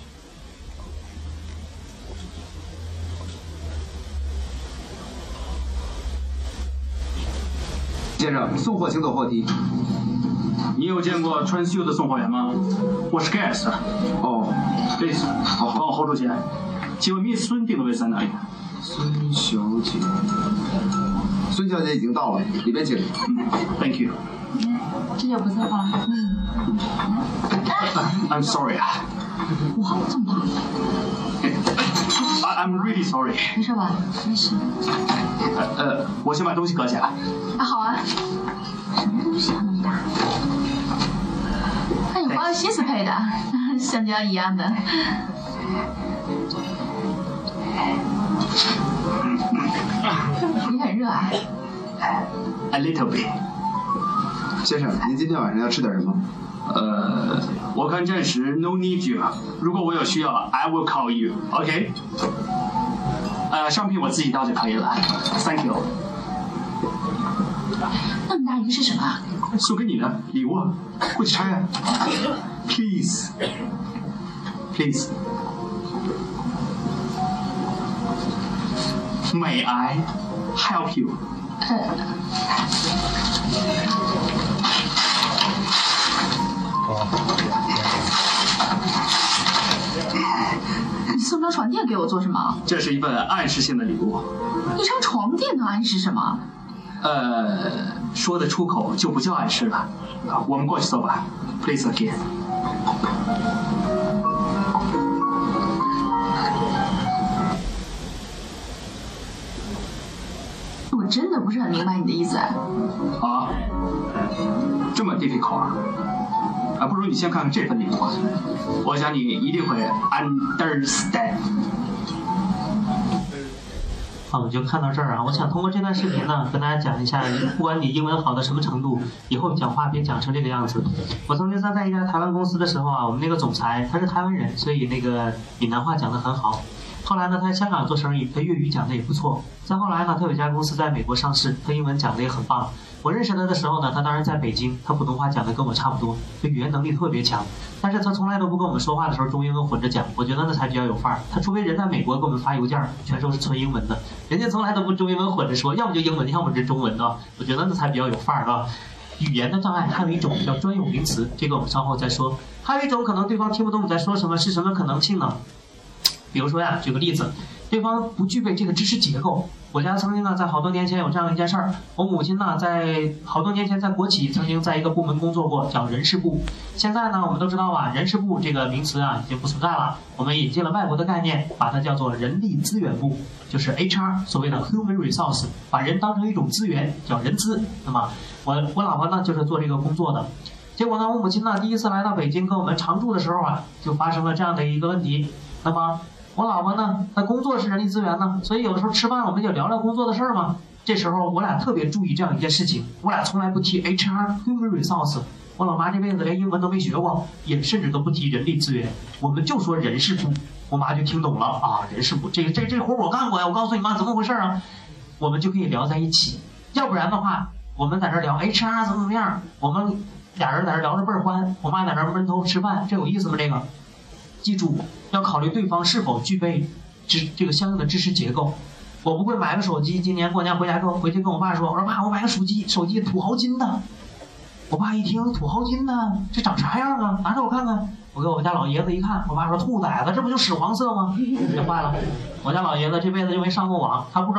先生，送货请走后梯。 你有见过穿袖的送货员吗？我是 guest。 哦 ，please， 好，帮我 hold 住先。请问 Miss 孙订的位置在哪里？ 孙小姐。孙小姐已经到了，里边请。 Thank you。 这就不错吧 ？I'm sorry 啊。 哇，这么大。I'm really sorry。 没事吧？没事。 我先把东西搁起来。 啊，好啊。什么东西啊，那么大？哎，你花了心思配的，橡胶一样的。你很热啊 ？A little bit。 先生，您今天晚上要吃点什么？ 我看暂时 no need you。如果我有需要 ，I will call you。OK。商品我自己到就可以了。Thank you。 那么大一个是什么？ 送给你的礼物，过去拆啊。Please。May I help you？ 你送张床垫给我做什么？ 这是一份暗示性的礼物。 一张床垫能暗示什么？ 说得出口就不叫暗示了。我们过去坐吧。Please again。 我真的不是很明白你的意思。 啊？这么 difficult 啊？不如你先看看这份礼物，我想你一定会 understand。 好，就看到这儿啊！我想通过这段视频呢，跟大家讲一下，不管你英文好到什么程度，以后讲话别讲成这个样子。我曾经在一家台湾公司的时候啊，我们那个总裁他是台湾人，所以那个闽南话讲得很好。后来呢，他在香港做生意，他粤语讲得也不错。再后来呢，他有一家公司在美国上市，他英文讲得也很棒。我认识他的时候呢，他当然在北京，他普通话讲得跟我差不多，就语言能力特别强。但是他从来都不跟我们说话的时候中英文混着讲，我觉得那才比较有范儿。他除非人在美国给我们发邮件，全都是纯英文的，人家从来都不中英文混着说，要么就英文，要么就中文的。我觉得那才比较有范儿的。 语言的障碍，还有一种叫专有名词，这个我们稍后再说。还有一种可能对方听不懂你在说什么，是什么可能性呢？比如说呀，举个例子，对方不具备这个知识结构。我家曾经呢，在好多年前有这样一件事儿，我母亲呢，在好多年前在国企曾经在一个部门工作过，叫人事部。现在呢，我们都知道吧，人事部这个名词啊已经不存在了，我们引进了外国的概念，把它叫做人力资源部，就是 HR， 所谓的 human resource， 把人当成一种资源，叫人资。那么我老婆呢，就是做这个工作的。结果呢，我母亲呢第一次来到北京跟我们常住的时候啊，就发生了这样的一个问题。那么我老婆呢，她工作是人力资源呢，所以有的时候吃饭我们就聊聊工作的事儿嘛。这时候我俩特别注意这样一件事情，我俩从来不提 HR human resource。我老妈这辈子连英文都没学过，也甚至都不提人力资源，我们就说人事部。我妈就听懂了啊，人事部这活我干过呀，我告诉你妈怎么回事啊，我们就可以聊在一起。要不然的话，我们在这聊 HR 怎么样，我们俩人在这聊着倍儿欢，我妈在这闷头吃饭，这有意思吗？这个记住要考虑对方是否具备这个相应的知识结构。我不会买个手机，今年过年回去跟我爸说，我说爸，我买个手机土豪金的。我爸一听土豪金呢，这长啥样啊？拿着我看看。我给我们家老爷子一看，我爸说兔崽子，这不就屎黄色吗？这坏了，我家老爷子这辈子就没上过网，他不知道。